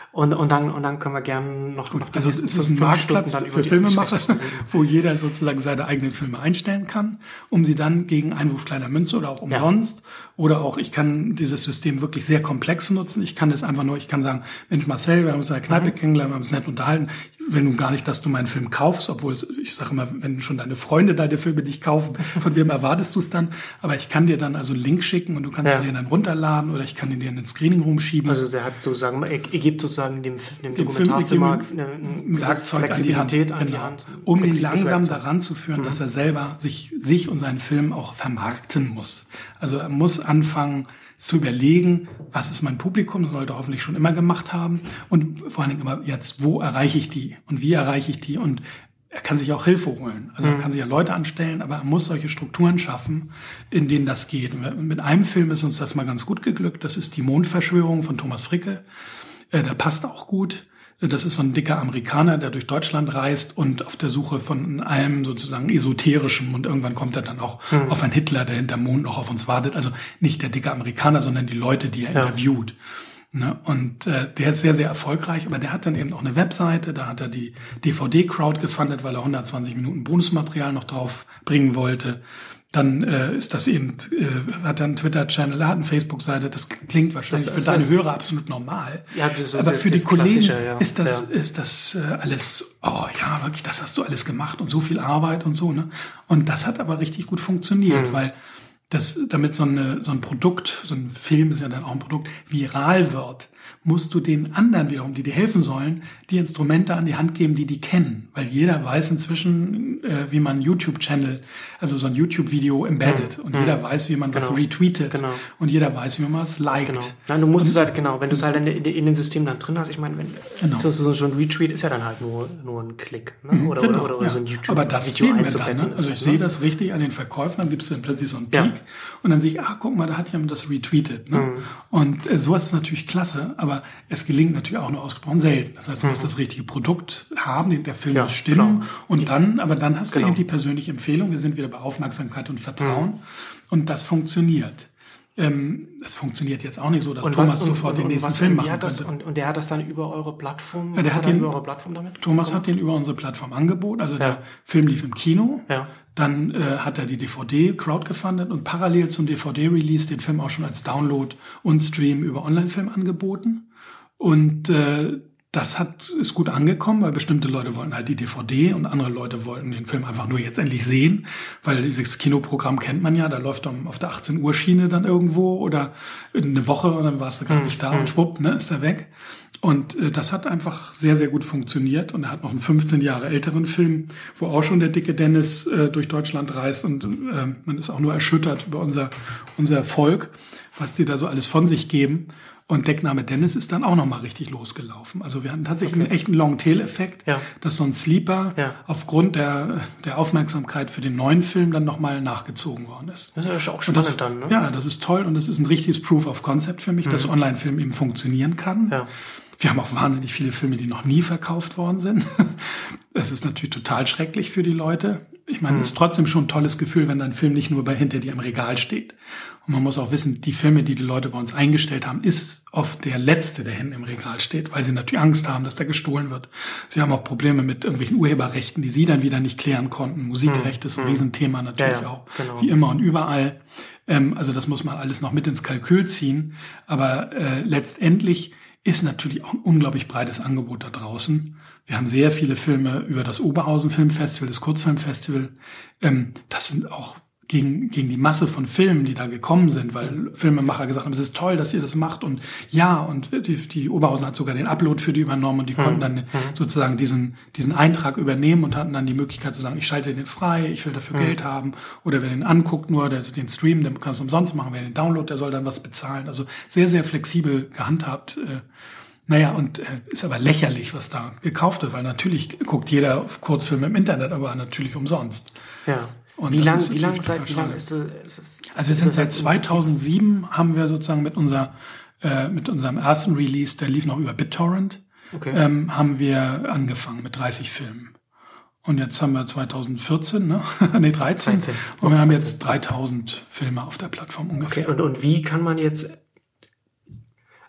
S1: Und, und dann, und dann können wir gerne noch,
S2: Gut,
S1: noch
S2: also es ist ein Marktplatz für Filmemacher, wo jeder sozusagen seine eigenen Filme einstellen kann, um sie dann gegen Einwurf kleiner Münze oder auch umsonst, ja. oder auch, ich kann dieses System wirklich sehr komplex nutzen. Ich kann das einfach nur, ich kann sagen, Mensch Marcel, wir haben uns in der Kneipe mhm. kennengelernt, wir haben uns nett unterhalten. Ich will nun gar nicht, dass du meinen Film kaufst, obwohl es, ich sage immer, wenn schon deine Freunde deine Filme dich kaufen, von wem erwartest du es dann? Aber ich kann dir dann also einen Link schicken und du kannst ja. dir dann runterladen oder ich kann ihn dir in den Screening Room schieben.
S1: Also der hat sozusagen, er gibt sozusagen dem, dem Dokumentarfilmer
S2: ein Werkzeug Flexibilität an die Hand, an die Hand um ihn langsam Werkzeug. daran zu führen, mhm. dass er selber sich, sich und seinen Film auch vermarkten muss. Also er muss anfangen zu überlegen, was ist mein Publikum, das sollte er hoffentlich schon immer gemacht haben und vor allen Dingen immer jetzt, wo erreiche ich die und wie erreiche ich die und er kann sich auch Hilfe holen. Also mhm. er kann sich ja Leute anstellen, aber er muss solche Strukturen schaffen, in denen das geht. Und mit einem Film ist uns das mal ganz gut geglückt. Das ist die Mondverschwörung von Thomas Fricke. Der passt auch gut. Das ist so ein dicker Amerikaner, der durch Deutschland reist und auf der Suche von allem sozusagen Esoterischem und irgendwann kommt er dann auch mhm. auf einen Hitler, der hinterm Mond noch auf uns wartet. Also nicht der dicke Amerikaner, sondern die Leute, die er ja. interviewt. Ne? Und äh, der ist sehr, sehr erfolgreich, aber der hat dann eben auch eine Webseite, da hat er die D V D-Crowd gefundet, weil er hundertzwanzig Minuten Bonusmaterial noch drauf bringen wollte. Dann äh, ist das eben, äh, hat er einen Twitter-Channel, er hat eine Facebook-Seite, das klingt wahrscheinlich das, für deine das, Hörer absolut normal. Ja, das, aber das, für die Kollegen ja. ist das, ja. ist das äh, alles, oh ja, wirklich, das hast du alles gemacht und so viel Arbeit und so, ne? Und das hat aber richtig gut funktioniert, mhm. weil das, damit so, eine, so ein Produkt, so ein Film ist ja dann auch ein Produkt, viral wird, musst du den anderen wiederum, die dir helfen sollen, die Instrumente an die Hand geben, die die kennen. Weil jeder weiß inzwischen, äh, wie man einen YouTube-Channel, also so ein YouTube-Video embedded. Mhm. Und jeder weiß, wie man genau. was retweetet. Genau. Und jeder weiß, wie man was liked.
S1: Genau. Nein, du musst und, es halt, genau, wenn du es halt in, in, in den Systemen dann drin hast, ich meine, wenn genau. so, so, so ein Retweet ist ja dann halt nur, nur ein Klick. Ne? Oder,
S2: genau,
S1: oder, oder
S2: ja.
S1: so ein YouTube-Video.
S2: Aber das sehen wir dann. Ne? Also ich sehe das richtig an den Verkäufen, dann gibt es dann plötzlich so einen Peak. Ja. Und dann sehe ich, ach, guck mal, da hat jemand das retweetet. Ne? Mhm. Und äh, sowas ist natürlich klasse, aber es gelingt natürlich auch nur ausgesprochen selten. Das heißt, du mhm. musst das richtige Produkt haben, der Film ja, muss stimmen. Klar. Und dann, aber dann hast genau. du eben die persönliche Empfehlung. Wir sind wieder bei Aufmerksamkeit und Vertrauen. Mhm. Und das funktioniert. Ähm, das funktioniert jetzt auch nicht so, dass
S1: und
S2: Thomas
S1: was,
S2: sofort
S1: und,
S2: den
S1: und
S2: nächsten
S1: was,
S2: Film
S1: und
S2: machen
S1: hat das,
S2: könnte.
S1: Und, und der hat das dann über eure Plattform,
S2: ja, der hat, hat den, über eure
S1: Plattform damit
S2: Thomas hat den über unsere Plattform angeboten. Also ja. der Film lief im Kino.
S1: Ja.
S2: Dann äh, hat er die D V D Crowd gefundet und parallel zum D V D-Release den Film auch schon als Download und Stream über Online-Film angeboten. Und äh, das hat ist gut angekommen, weil bestimmte Leute wollten halt die D V D und andere Leute wollten den Film einfach nur jetzt endlich sehen, weil dieses Kinoprogramm kennt man ja, da läuft dann auf der achtzehn Uhr Schiene dann irgendwo oder eine Woche und dann warst du gar nicht da mhm. und schwupp, ne, ist er weg. Und äh, das hat einfach sehr, sehr gut funktioniert. Und er hat noch einen fünfzehn Jahre älteren Film, wo auch schon der dicke Dennis äh, durch Deutschland reist. Und äh, man ist auch nur erschüttert über unser, unser Erfolg, was die da so alles von sich geben. Und Deckname Dennis ist dann auch nochmal richtig losgelaufen. Also wir hatten tatsächlich okay. einen echten Long-Tail-Effekt, ja. dass so ein Sleeper ja. aufgrund der, der Aufmerksamkeit für den neuen Film dann nochmal nachgezogen worden ist.
S1: Das ist ja auch spannend
S2: das,
S1: dann, ne?
S2: Ja, das ist toll und das ist ein richtiges Proof of Concept für mich, mhm. dass Online-Film eben funktionieren kann. Ja. Wir haben auch wahnsinnig viele Filme, die noch nie verkauft worden sind. Das ist natürlich total schrecklich für die Leute. Ich meine, es ist trotzdem schon ein tolles Gefühl, wenn dein Film nicht nur bei hinter dir im Regal steht. Und man muss auch wissen, die Filme, die die Leute bei uns eingestellt haben, ist oft der letzte, der hinten im Regal steht, weil sie natürlich Angst haben, dass da gestohlen wird. Sie haben auch Probleme mit irgendwelchen Urheberrechten, die sie dann wieder nicht klären konnten. Musikrecht ist ein mhm. Riesenthema natürlich ja, ja, auch, genau. wie immer und überall. Ähm, also das muss man alles noch mit ins Kalkül ziehen. Aber äh, letztendlich ist natürlich auch ein unglaublich breites Angebot da draußen. Wir haben sehr viele Filme über das Oberhausen Filmfestival, das Kurzfilmfestival. Ähm, das sind auch gegen, gegen die Masse von Filmen, die da gekommen sind, weil Filmemacher gesagt haben, es ist toll, dass ihr das macht. Und ja, und die, die Oberhausen hat sogar den Upload für die übernommen und die mhm. konnten dann mhm. sozusagen diesen, diesen Eintrag übernehmen und hatten dann die Möglichkeit zu sagen, ich schalte den frei, ich will dafür mhm. Geld haben. Oder wer den anguckt nur, der, den Stream, den kannst du umsonst machen. Wer den Download, der soll dann was bezahlen. Also sehr, sehr flexibel gehandhabt. Äh, Naja, und äh, ist aber lächerlich, was da gekauft wird, weil natürlich guckt jeder auf Kurzfilme im Internet, aber natürlich umsonst.
S1: Ja. Und wie lange wie lang seit wie lang ist es? Ist,
S2: also wir sind seit zweitausendsieben haben wir sozusagen mit unser äh, mit unserem ersten Release, der lief noch über BitTorrent, okay. ähm, haben wir angefangen mit dreißig Filmen. Und jetzt haben wir zweitausendvierzehn, ne? nee, dreizehn. dreizehn. Und wir haben jetzt dreitausend Filme auf der Plattform ungefähr.
S1: Okay. Und, und wie kann man jetzt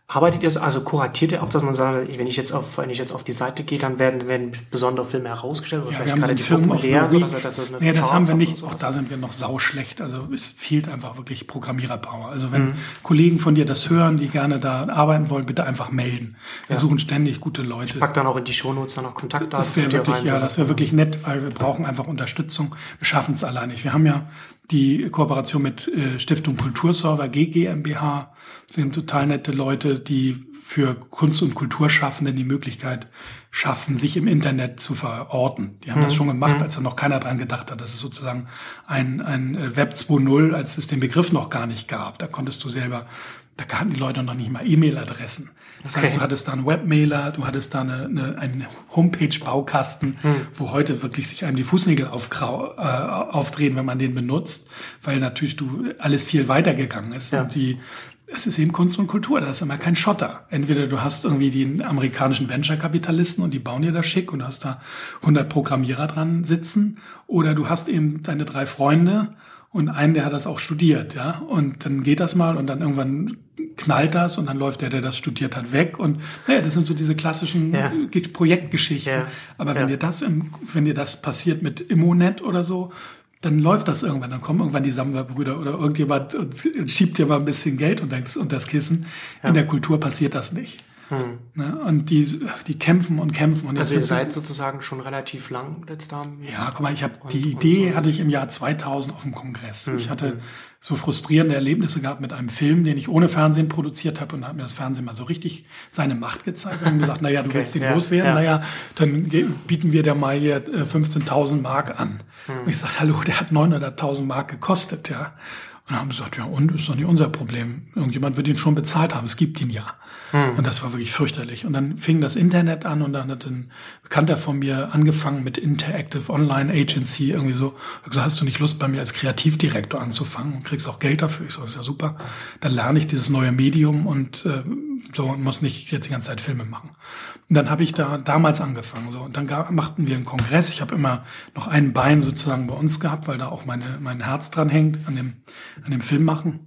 S1: Arbeitet ihr, also kuratiert ihr auch, dass man sagt, wenn ich jetzt auf, wenn ich jetzt auf die Seite gehe, dann werden, werden besondere Filme herausgestellt oder
S2: ja,
S1: vielleicht
S2: wir
S1: gerade
S2: haben
S1: die
S2: Film
S1: populären,
S2: so,
S1: dass er das so eine
S2: nee, das haben wir nicht,
S1: so
S2: auch da sind wir noch sauschlecht, also es fehlt einfach wirklich Programmiererpower. Also wenn mhm. Kollegen von dir das hören, die gerne da arbeiten wollen, bitte einfach melden. Wir ja. suchen ständig gute Leute.
S1: Ich pack dann auch in die Shownotes dann noch Kontaktdaten
S2: das wäre wirklich, rein, ja, das wäre wirklich nett, weil wir brauchen einfach Unterstützung. Wir schaffen es allein nicht. Wir haben ja die Kooperation mit äh, Stiftung Kulturserver, G GmbH, sind total nette Leute, die für Kunst- und Kulturschaffenden die Möglichkeit schaffen, sich im Internet zu verorten. Die haben mhm. das schon gemacht, als da noch keiner dran gedacht hat. Das ist sozusagen ein, ein Web zwei Punkt null, als es den Begriff noch gar nicht gab. Da konntest du selber, da hatten die Leute noch nicht mal E-Mail-Adressen. Das heißt, okay. du hattest da einen Webmailer, du hattest da eine, eine, einen Homepage-Baukasten, hm. wo heute wirklich sich einem die Fußnägel aufgrau, äh, aufdrehen, wenn man den benutzt, weil natürlich du alles viel weitergegangen ist. Ja. Und die, es ist eben Kunst und Kultur, da ist immer kein Schotter. Entweder du hast irgendwie den amerikanischen Venture-Kapitalisten und die bauen dir das schick und du hast da hundert Programmierer dran sitzen, oder du hast eben deine drei Freunde und einen, der hat das auch studiert, ja. Und dann geht das mal und dann irgendwann knallt das und dann läuft der, der das studiert hat, weg. Und naja, das sind so diese klassischen ja. Projektgeschichten. Ja. Aber wenn ja. dir das im, wenn dir das passiert mit Immonet oder so, dann läuft das irgendwann. Dann kommen irgendwann die Samwer-Brüder oder irgendjemand und, und schiebt dir mal ein bisschen Geld unter das Kissen. Ja. In der Kultur passiert das nicht. Hm. Ne? Und die, die kämpfen und kämpfen. Und
S1: also ihr seid sozusagen schon relativ lang jetzt da.
S2: Ja, guck mal, ich habe die Idee so. hatte ich im Jahr zweitausend auf dem Kongress. Hm. Ich hatte so frustrierende Erlebnisse gehabt mit einem Film, den ich ohne Fernsehen produziert habe, und habe mir das Fernsehen mal so richtig seine Macht gezeigt und gesagt, naja, du okay, willst den ja, loswerden, ja. naja, dann bieten wir dir mal hier fünfzehntausend Mark an. Hm. Und ich sage, hallo, der hat neunhunderttausend Mark gekostet, ja. Und dann haben sie gesagt, ja, und, ist doch nicht unser Problem. Irgendjemand wird ihn schon bezahlt haben, es gibt ihn ja. Hm. Und das war wirklich fürchterlich. Und dann fing das Internet an und dann hat ein Bekannter von mir angefangen mit Interactive Online Agency irgendwie so. Ich habe gesagt, hast du nicht Lust, bei mir als Kreativdirektor anzufangen und kriegst auch Geld dafür? Ich so, ist ja super. Dann lerne ich dieses neue Medium und äh, so und muss nicht jetzt die ganze Zeit Filme machen. Und dann habe ich da damals angefangen. So. Und dann gab, machten wir einen Kongress. Ich habe immer noch ein Bein sozusagen bei uns gehabt, weil da auch meine mein Herz dran hängt an dem an dem Film machen.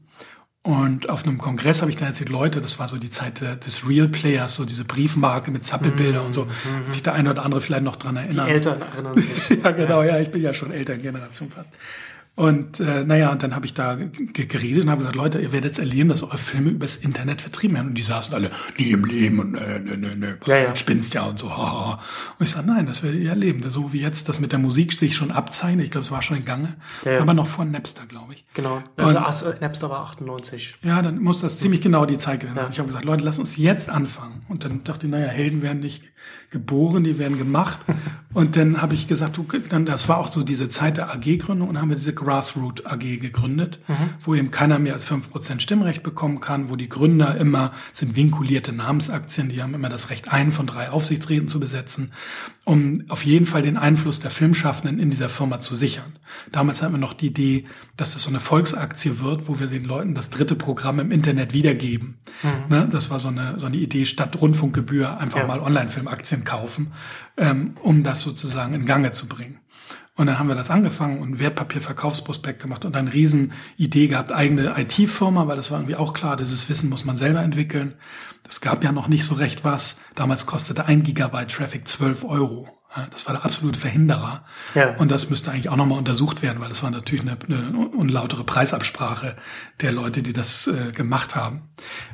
S2: Und auf einem Kongress habe ich dann erzählt, Leute, das war so die Zeit des Real Players, so diese Briefmarke mit Zappelbilder mm, und so. Mm, wird sich der eine oder andere vielleicht noch dran erinnern.
S1: Die Eltern erinnern sich.
S2: Ja, genau, ja, ich bin ja schon Elterngeneration fast. Und äh, naja, und dann habe ich da g- geredet und habe gesagt, Leute, ihr werdet jetzt erleben, dass eure Filme übers Internet vertrieben werden. Und die saßen alle, nie im Leben und äh, ne, ne, ne,
S1: ja, ja.
S2: spinnst ja und so. Haha. Und ich sage, nein, das werdet ihr erleben. So wie jetzt das mit der Musik sich schon abzeichnet. Ich glaube, es war schon in Gange.
S1: Ja, ja.
S2: Aber noch vor Napster, glaube ich.
S1: Genau. Also und, Napster war achtundneunzig.
S2: Ja, dann muss das ziemlich genau die Zeit gewesen sein. Ja. Ich habe gesagt, Leute, lasst uns jetzt anfangen. Und dann dachte ich, naja, Helden werden nicht geboren, die werden gemacht. Und dann habe ich gesagt, du, dann, das war auch so diese Zeit der A G-Gründung, und dann haben wir diese Grassroot A G gegründet, mhm. wo eben keiner mehr als fünf Prozent Stimmrecht bekommen kann, wo die Gründer immer, sind vinkulierte Namensaktien, die haben immer das Recht, einen von drei Aufsichtsräten zu besetzen, um auf jeden Fall den Einfluss der Filmschaffenden in dieser Firma zu sichern. Damals hatten wir noch die Idee, dass das so eine Volksaktie wird, wo wir den Leuten das dritte Programm im Internet wiedergeben. Mhm. Ne? Das war so eine, so eine Idee, statt Rundfunkgebühr einfach ja. mal Online-Filmaktien kaufen, ähm, um das sozusagen in Gange zu bringen. Und dann haben wir das angefangen und Wertpapierverkaufsprospekt gemacht und eine riesen Idee gehabt, eigene I T-Firma, weil das war irgendwie auch klar, dieses Wissen muss man selber entwickeln. Das gab ja noch nicht so recht was. Damals kostete ein Gigabyte Traffic zwölf Euro. Das war der absolute Verhinderer. Ja. Und das müsste eigentlich auch nochmal untersucht werden, weil das war natürlich eine, eine unlautere Preisabsprache der Leute, die das äh, gemacht haben.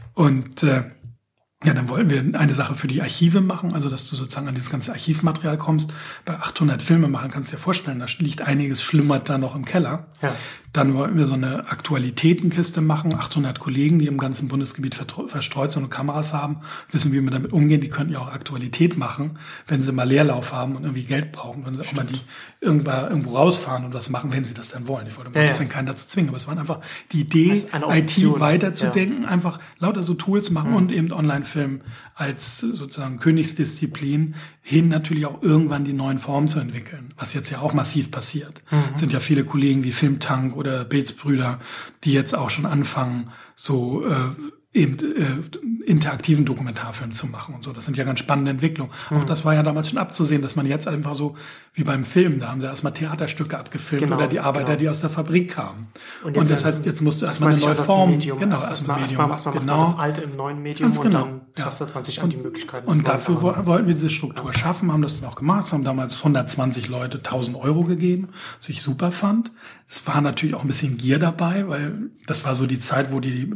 S2: Und äh, ja, dann wollten wir eine Sache für die Archive machen, also dass du sozusagen an dieses ganze Archivmaterial kommst. Bei achthundert Filme machen, kannst du dir vorstellen, da liegt einiges, schlummert da noch im Keller. Ja. Dann wollten wir so eine Aktualitätenkiste machen, achthundert Kollegen, die im ganzen Bundesgebiet verstreut sind und Kameras haben, wissen, wie wir damit umgehen. Die könnten ja auch Aktualität machen, wenn sie mal Leerlauf haben und irgendwie Geld brauchen, können sie auch mal die irgendwo, irgendwo rausfahren und was machen, wenn sie das dann wollen. Ich wollte mal ja, deswegen ja. keinen dazu zwingen, aber es waren einfach die Idee, I T weiterzudenken, ja. einfach lauter so Tools machen mhm. und eben Online-Film als sozusagen Königsdisziplin hin natürlich auch irgendwann die neuen Formen zu entwickeln, was jetzt ja auch massiv passiert. Mhm. Es sind ja viele Kollegen wie Filmtank oder Bildsbrüder, die jetzt auch schon anfangen, so äh, eben äh, interaktiven Dokumentarfilm zu machen und so. Das sind ja ganz spannende Entwicklungen. Mhm. Auch das war ja damals schon abzusehen, dass man jetzt einfach so wie beim Film, da haben sie erstmal Theaterstücke abgefilmt genau, oder die Arbeiter, genau. die aus der Fabrik kamen. Und, und das heißt, jetzt musst du erstmal eine neue Form,
S1: Medium, genau, erstmal erstmal erst genau. das Alte im neuen Medium ganz und genau. dann tastet ja. man sich an die Möglichkeiten.
S2: Und dafür wo, wollten wir diese Struktur ja. schaffen, haben das dann auch gemacht, haben damals hundertzwanzig Leute tausend Euro gegeben, was ich super fand. Es war natürlich auch ein bisschen Gier dabei, weil das war so die Zeit, wo die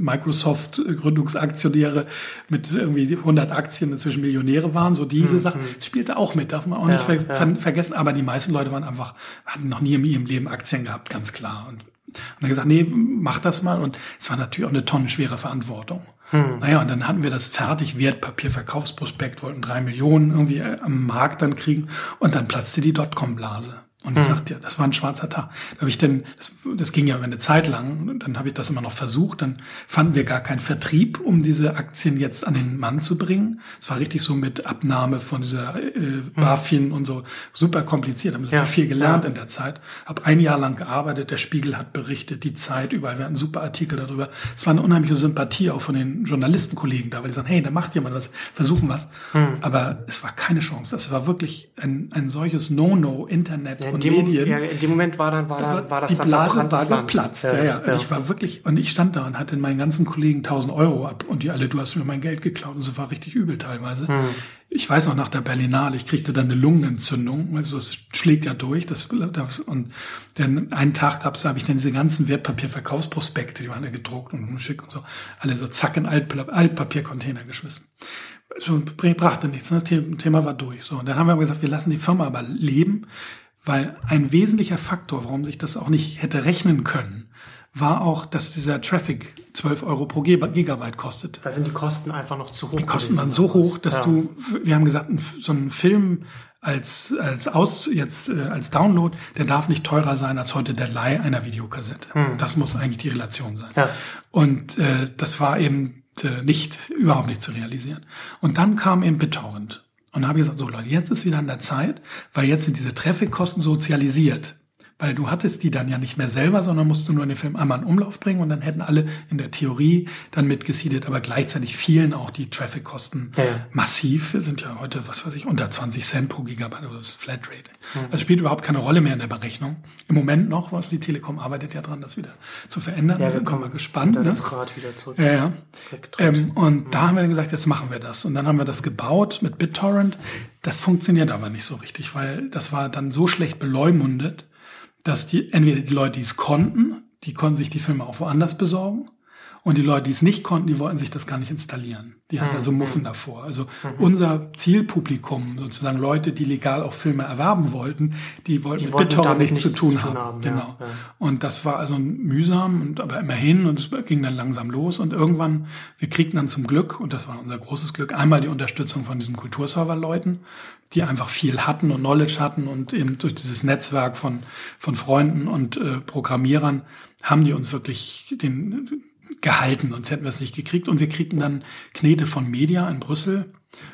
S2: Microsoft-Gründungsaktionäre mit irgendwie hundert Aktien inzwischen Millionäre waren. So diese mhm. Sachen spielte auch mit, darf man auch ja, nicht ver ja. vergessen. Aber die meisten Leute waren einfach, hatten noch nie in ihrem Leben Aktien gehabt, ganz klar. Und haben gesagt, nee, mach das mal. Und es war natürlich auch eine tonnenschwere Verantwortung. Hm. Naja, und dann hatten wir das fertig, Wertpapierverkaufsprospekt, wollten drei Millionen irgendwie am Markt dann kriegen. Und dann platzte die Dotcom-Blase. Und ich hm. sagte ja, das war ein schwarzer Tag. Da habe ich denn, das, das ging ja über eine Zeit lang, dann habe ich das immer noch versucht, dann fanden wir gar keinen Vertrieb, um diese Aktien jetzt an den Mann zu bringen. Es war richtig so mit Abnahme von dieser äh, BaFin hm. und so, super kompliziert. Haben ja. viel gelernt ja. in der Zeit. Habe ein Jahr lang gearbeitet, der Spiegel hat berichtet, die Zeit, überall, wir hatten super Artikel darüber. Es war eine unheimliche Sympathie auch von den Journalistenkollegen da, weil die sagen, hey, da macht jemand was, versuchen was. Hm. Aber es war keine Chance. Das war wirklich ein, ein solches No-No, Internet. Ja. Und
S1: in dem,
S2: Medien.
S1: Ja, in dem Moment war dann war da dann war das
S2: die
S1: dann
S2: Blase war geplatzt. Ja, ja, ja. Und ich war wirklich und ich stand da und hatte meinen ganzen Kollegen tausend Euro ab und die alle, du hast mir mein Geld geklaut und so war richtig übel teilweise. Hm. Ich weiß noch nach der Berlinale, ich kriegte dann eine Lungenentzündung, also es schlägt ja durch. Das, und dann einen Tag gab's, da habe ich dann diese ganzen Wertpapierverkaufsprospekte, die waren ja gedruckt und schick und so, alle so zack in Altpapiercontainer geschmissen. So, brachte nichts, das Thema war durch. So, und dann haben wir gesagt, wir lassen die Firma aber leben. Weil ein wesentlicher Faktor, warum sich das auch nicht hätte rechnen können, war auch, dass dieser Traffic zwölf Euro pro Gigabyte kostet.
S1: Da sind die Kosten einfach noch zu hoch.
S2: Die Kosten waren so hoch, dass ja. du, wir haben gesagt, so ein Film als als aus jetzt äh, als Download, der darf nicht teurer sein als heute der Leih einer Videokassette. Hm. Das muss eigentlich die Relation sein. Ja. Und äh, das war eben äh, nicht überhaupt nicht zu realisieren. Und dann kam eben BitTorrent. Und dann habe ich gesagt, so Leute, jetzt ist wieder an der Zeit, weil jetzt sind diese Traffic-Kosten sozialisiert. Weil du hattest die dann ja nicht mehr selber, sondern musst du nur in den Film einmal in Umlauf bringen und dann hätten alle in der Theorie dann mitgesiedet, aber gleichzeitig fielen auch die Traffic-Kosten ja, ja. massiv. Wir sind ja heute, was weiß ich, unter zwanzig Cent pro Gigabyte, also das Flatrate. Mhm. Das spielt überhaupt keine Rolle mehr in der Berechnung. Im Moment noch, was die Telekom arbeitet ja dran, das wieder zu verändern.
S1: Ja,
S2: wir
S1: sind wir gespannt. Ne? Das Rad wieder zurück.
S2: Ja, ja. Ähm, und mhm. da haben wir gesagt, jetzt machen wir das. Und dann haben wir das gebaut mit BitTorrent. Das funktioniert aber nicht so richtig, weil das war dann so schlecht beleumundet, dass die entweder die Leute, die es konnten, die konnten sich die Filme auch woanders besorgen. Und die Leute, die es nicht konnten, die wollten sich das gar nicht installieren. Die hatten mhm. also Muffen davor. Also mhm. unser Zielpublikum, sozusagen Leute, die legal auch Filme erwerben wollten, die wollten die mit BitTorrent nichts, nichts zu tun, zu tun haben. haben. Genau. Ja, ja. Und das war also mühsam, und aber immerhin, und es ging dann langsam los. Und irgendwann, wir kriegten dann zum Glück, und das war unser großes Glück, einmal die Unterstützung von diesen Kulturserver-Leuten, die einfach viel hatten und Knowledge hatten und eben durch dieses Netzwerk von von Freunden und äh, Programmierern haben die uns wirklich den gehalten, sonst hätten wir es nicht gekriegt. Und wir kriegten dann Knete von Media in Brüssel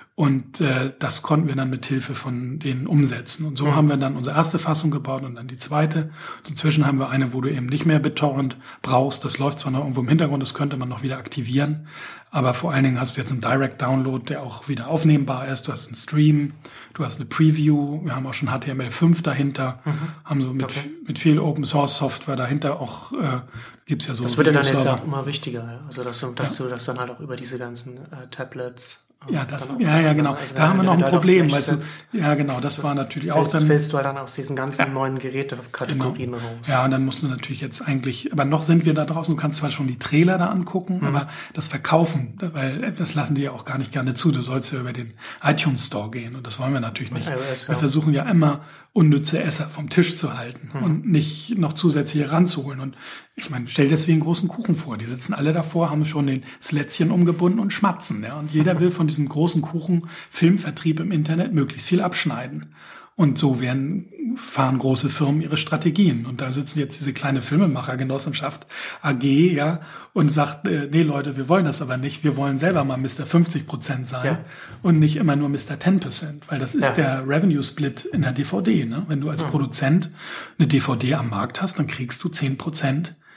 S2: und äh, das konnten wir dann mit Hilfe von denen umsetzen. Und so mhm. haben wir dann unsere erste Fassung gebaut und dann die zweite. Und inzwischen haben wir eine, wo du eben nicht mehr BitTorrent brauchst. Das läuft zwar noch irgendwo im Hintergrund, das könnte man noch wieder aktivieren, aber vor allen Dingen hast du jetzt einen Direct Download, der auch wieder aufnehmbar ist. Du hast einen Stream, du hast eine Preview. Wir haben auch schon H T M L fünf dahinter, mhm. haben so mit okay. mit viel Open Source Software dahinter auch äh, gibt's ja so.
S1: Das wird ja dann jetzt auch immer wichtiger, also dass du, dass ja. du das dann halt auch über diese ganzen äh, Tablets.
S2: Ja, das, ja, ja, genau. Also da haben wir noch ein Problem, weil du, ja, genau, das, das war natürlich
S1: fällst,
S2: auch dann.
S1: Fällst du halt dann aus diesen ganzen ja. neuen Gerätekategorien genau. raus.
S2: Ja, und dann musst du natürlich jetzt eigentlich, aber noch sind wir da draußen, du kannst zwar schon die Trailer da angucken, mhm. aber das Verkaufen, weil das lassen die ja auch gar nicht gerne zu. Du sollst ja über den iTunes Store gehen und das wollen wir natürlich nicht. iOS, wir ja. versuchen ja immer, unnütze Esser vom Tisch zu halten mhm. und nicht noch zusätzlich ranzuholen. Und ich meine, stell dir das wie einen großen Kuchen vor. Die sitzen alle davor, haben schon den Slätzchen umgebunden und schmatzen. Ja? Und jeder will von diesem großen Kuchen Filmvertrieb im Internet möglichst viel abschneiden. Und so werden, fahren große Firmen ihre Strategien. Und da sitzen jetzt diese kleine Filmemachergenossenschaft A G, ja, und sagt, äh, nee Leute, wir wollen das aber nicht. Wir wollen selber mal Mister fünfzig Prozent sein ja. und nicht immer nur Mister zehn Prozent. Weil das ist ja. der Revenue Split in der D V D. Ne? Wenn du als ja. Produzent eine D V D am Markt hast, dann kriegst du zehn Prozent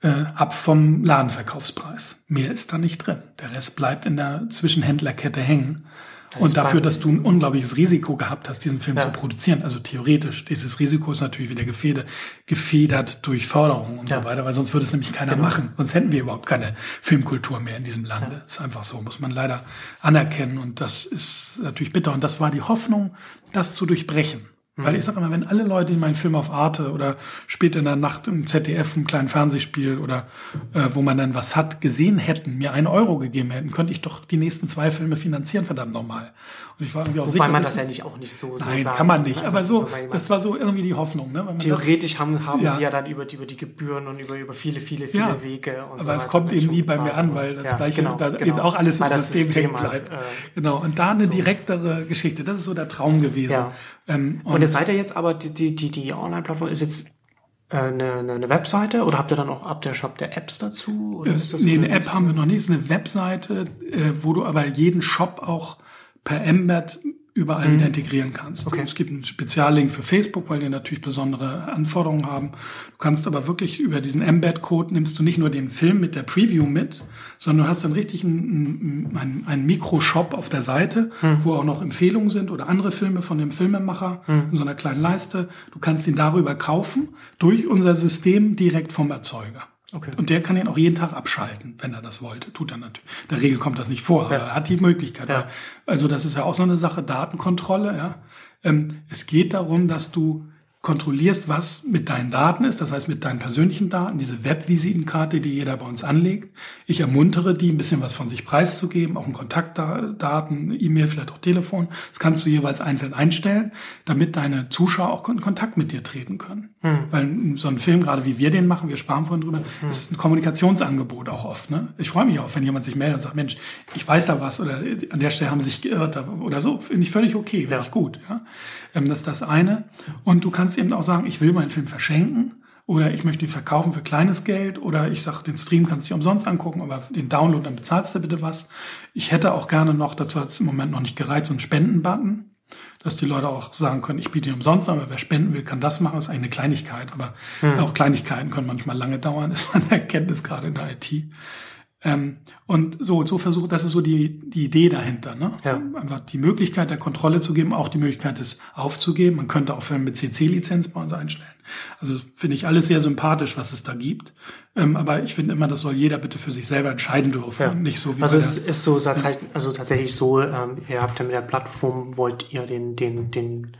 S2: äh, ab vom Ladenverkaufspreis. Mehr ist da nicht drin. Der Rest bleibt in der Zwischenhändlerkette hängen. Das und dafür, dass du ein unglaubliches Risiko gehabt hast, diesen Film ja. zu produzieren. Also theoretisch, dieses Risiko ist natürlich wieder gefedert, gefedert durch Förderung und ja. so weiter, weil sonst würde es nämlich keiner genau. machen. Sonst hätten wir überhaupt keine Filmkultur mehr in diesem Lande. Ja. Das ist einfach so, muss man leider anerkennen. Und das ist natürlich bitter. Und das war die Hoffnung, das zu durchbrechen. Weil ich sage immer, wenn alle Leute, die meinen Film auf Arte oder später in der Nacht im Z D F, im kleinen Fernsehspiel oder äh, wo man dann was hat, gesehen hätten, mir einen Euro gegeben hätten, könnte ich doch die nächsten zwei Filme finanzieren, verdammt nochmal. Und ich war irgendwie auch
S1: Wobei
S2: sicher,
S1: man das ja nicht auch nicht so, so
S2: nein,
S1: sagen
S2: kann man nicht.
S1: Also,
S2: aber so, das war so irgendwie die Hoffnung. Ne? Wenn man
S1: theoretisch das, haben, haben
S2: ja.
S1: sie ja dann über, über die Gebühren und über, über viele, viele, viele
S2: ja.
S1: Wege. Und
S2: aber
S1: so
S2: es kommt eben nie bei mir an, weil das ja, gleiche,
S1: genau,
S2: da
S1: genau.
S2: eben auch alles im System,
S1: System
S2: hängen bleibt.
S1: Halt, äh,
S2: genau. Und da eine
S1: so.
S2: direktere Geschichte. Das ist so der Traum gewesen.
S1: Ja.
S2: Ähm,
S1: und, und jetzt seid ihr jetzt aber, die, die, die, die Online-Plattform ist jetzt eine, eine, eine Webseite oder habt ihr dann auch, habt ihr, habt ihr Apps dazu? Oder ist das
S2: nee,
S1: so
S2: eine App haben wir noch nicht. Es ist eine Webseite, äh, wo du aber jeden Shop auch per Embed überall mhm. wieder integrieren kannst.
S1: Okay.
S2: Es gibt einen Speziallink für Facebook, weil die natürlich besondere Anforderungen haben. Du kannst aber wirklich über diesen Embed-Code nimmst du nicht nur den Film mit der Preview mit, sondern du hast dann richtig einen, einen, einen Mikroshop auf der Seite, mhm. wo auch noch Empfehlungen sind oder andere Filme von dem Filmemacher mhm. in so einer kleinen Leiste. Du kannst ihn darüber kaufen, durch unser System direkt vom Erzeuger. Okay. Und der kann ihn auch jeden Tag abschalten, wenn er das wollte. Tut er natürlich. In der Regel kommt das nicht vor, aber ja. er hat die Möglichkeit. Ja. Also das ist ja auch so eine Sache, Datenkontrolle. Ja. Ähm, es geht darum, dass du kontrollierst, was mit deinen Daten ist, das heißt mit deinen persönlichen Daten, diese Webvisitenkarte, die jeder bei uns anlegt. Ich ermuntere die, ein bisschen was von sich preiszugeben, auch in Kontaktdaten, E-Mail, vielleicht auch Telefon. Das kannst du jeweils einzeln einstellen, damit deine Zuschauer auch in Kontakt mit dir treten können. Hm. Weil so ein Film, gerade wie wir den machen, wir sparen vorhin drüber, hm. ist ein Kommunikationsangebot auch oft. Ne? Ich freue mich auch, wenn jemand sich meldet und sagt, Mensch, ich weiß da was oder an der Stelle haben sie sich geirrt oder so. Finde ich völlig okay, finde ich ja. gut. Ja? Das ist das eine. Und du kannst eben auch sagen, ich will meinen Film verschenken oder ich möchte ihn verkaufen für kleines Geld oder ich sage, den Stream kannst du dir umsonst angucken, aber den Download, dann bezahlst du bitte was. Ich hätte auch gerne noch, dazu hat es im Moment noch nicht gereicht, so einen Spendenbutton, dass die Leute auch sagen können, ich biete ihn umsonst, aber wer spenden will, kann das machen. Das ist eigentlich eine Kleinigkeit, aber hm. auch Kleinigkeiten können manchmal lange dauern, ist meine Erkenntnis gerade in der I T. Ähm, und so, so versucht, das ist so die, die Idee dahinter, ne? Ja. Einfach die Möglichkeit der Kontrolle zu geben, auch die Möglichkeit, es aufzugeben. Man könnte auch Filme mit C C-Lizenz bei uns einstellen. Also finde ich alles sehr sympathisch, was es da gibt. Ähm, aber ich finde immer, das soll jeder bitte für sich selber entscheiden dürfen.
S1: Ja.
S2: Und nicht so wie
S1: also es der, ist so tatsächlich, ja. also tatsächlich so, ähm, ihr habt ja mit der Plattform, wollt ihr den, den, den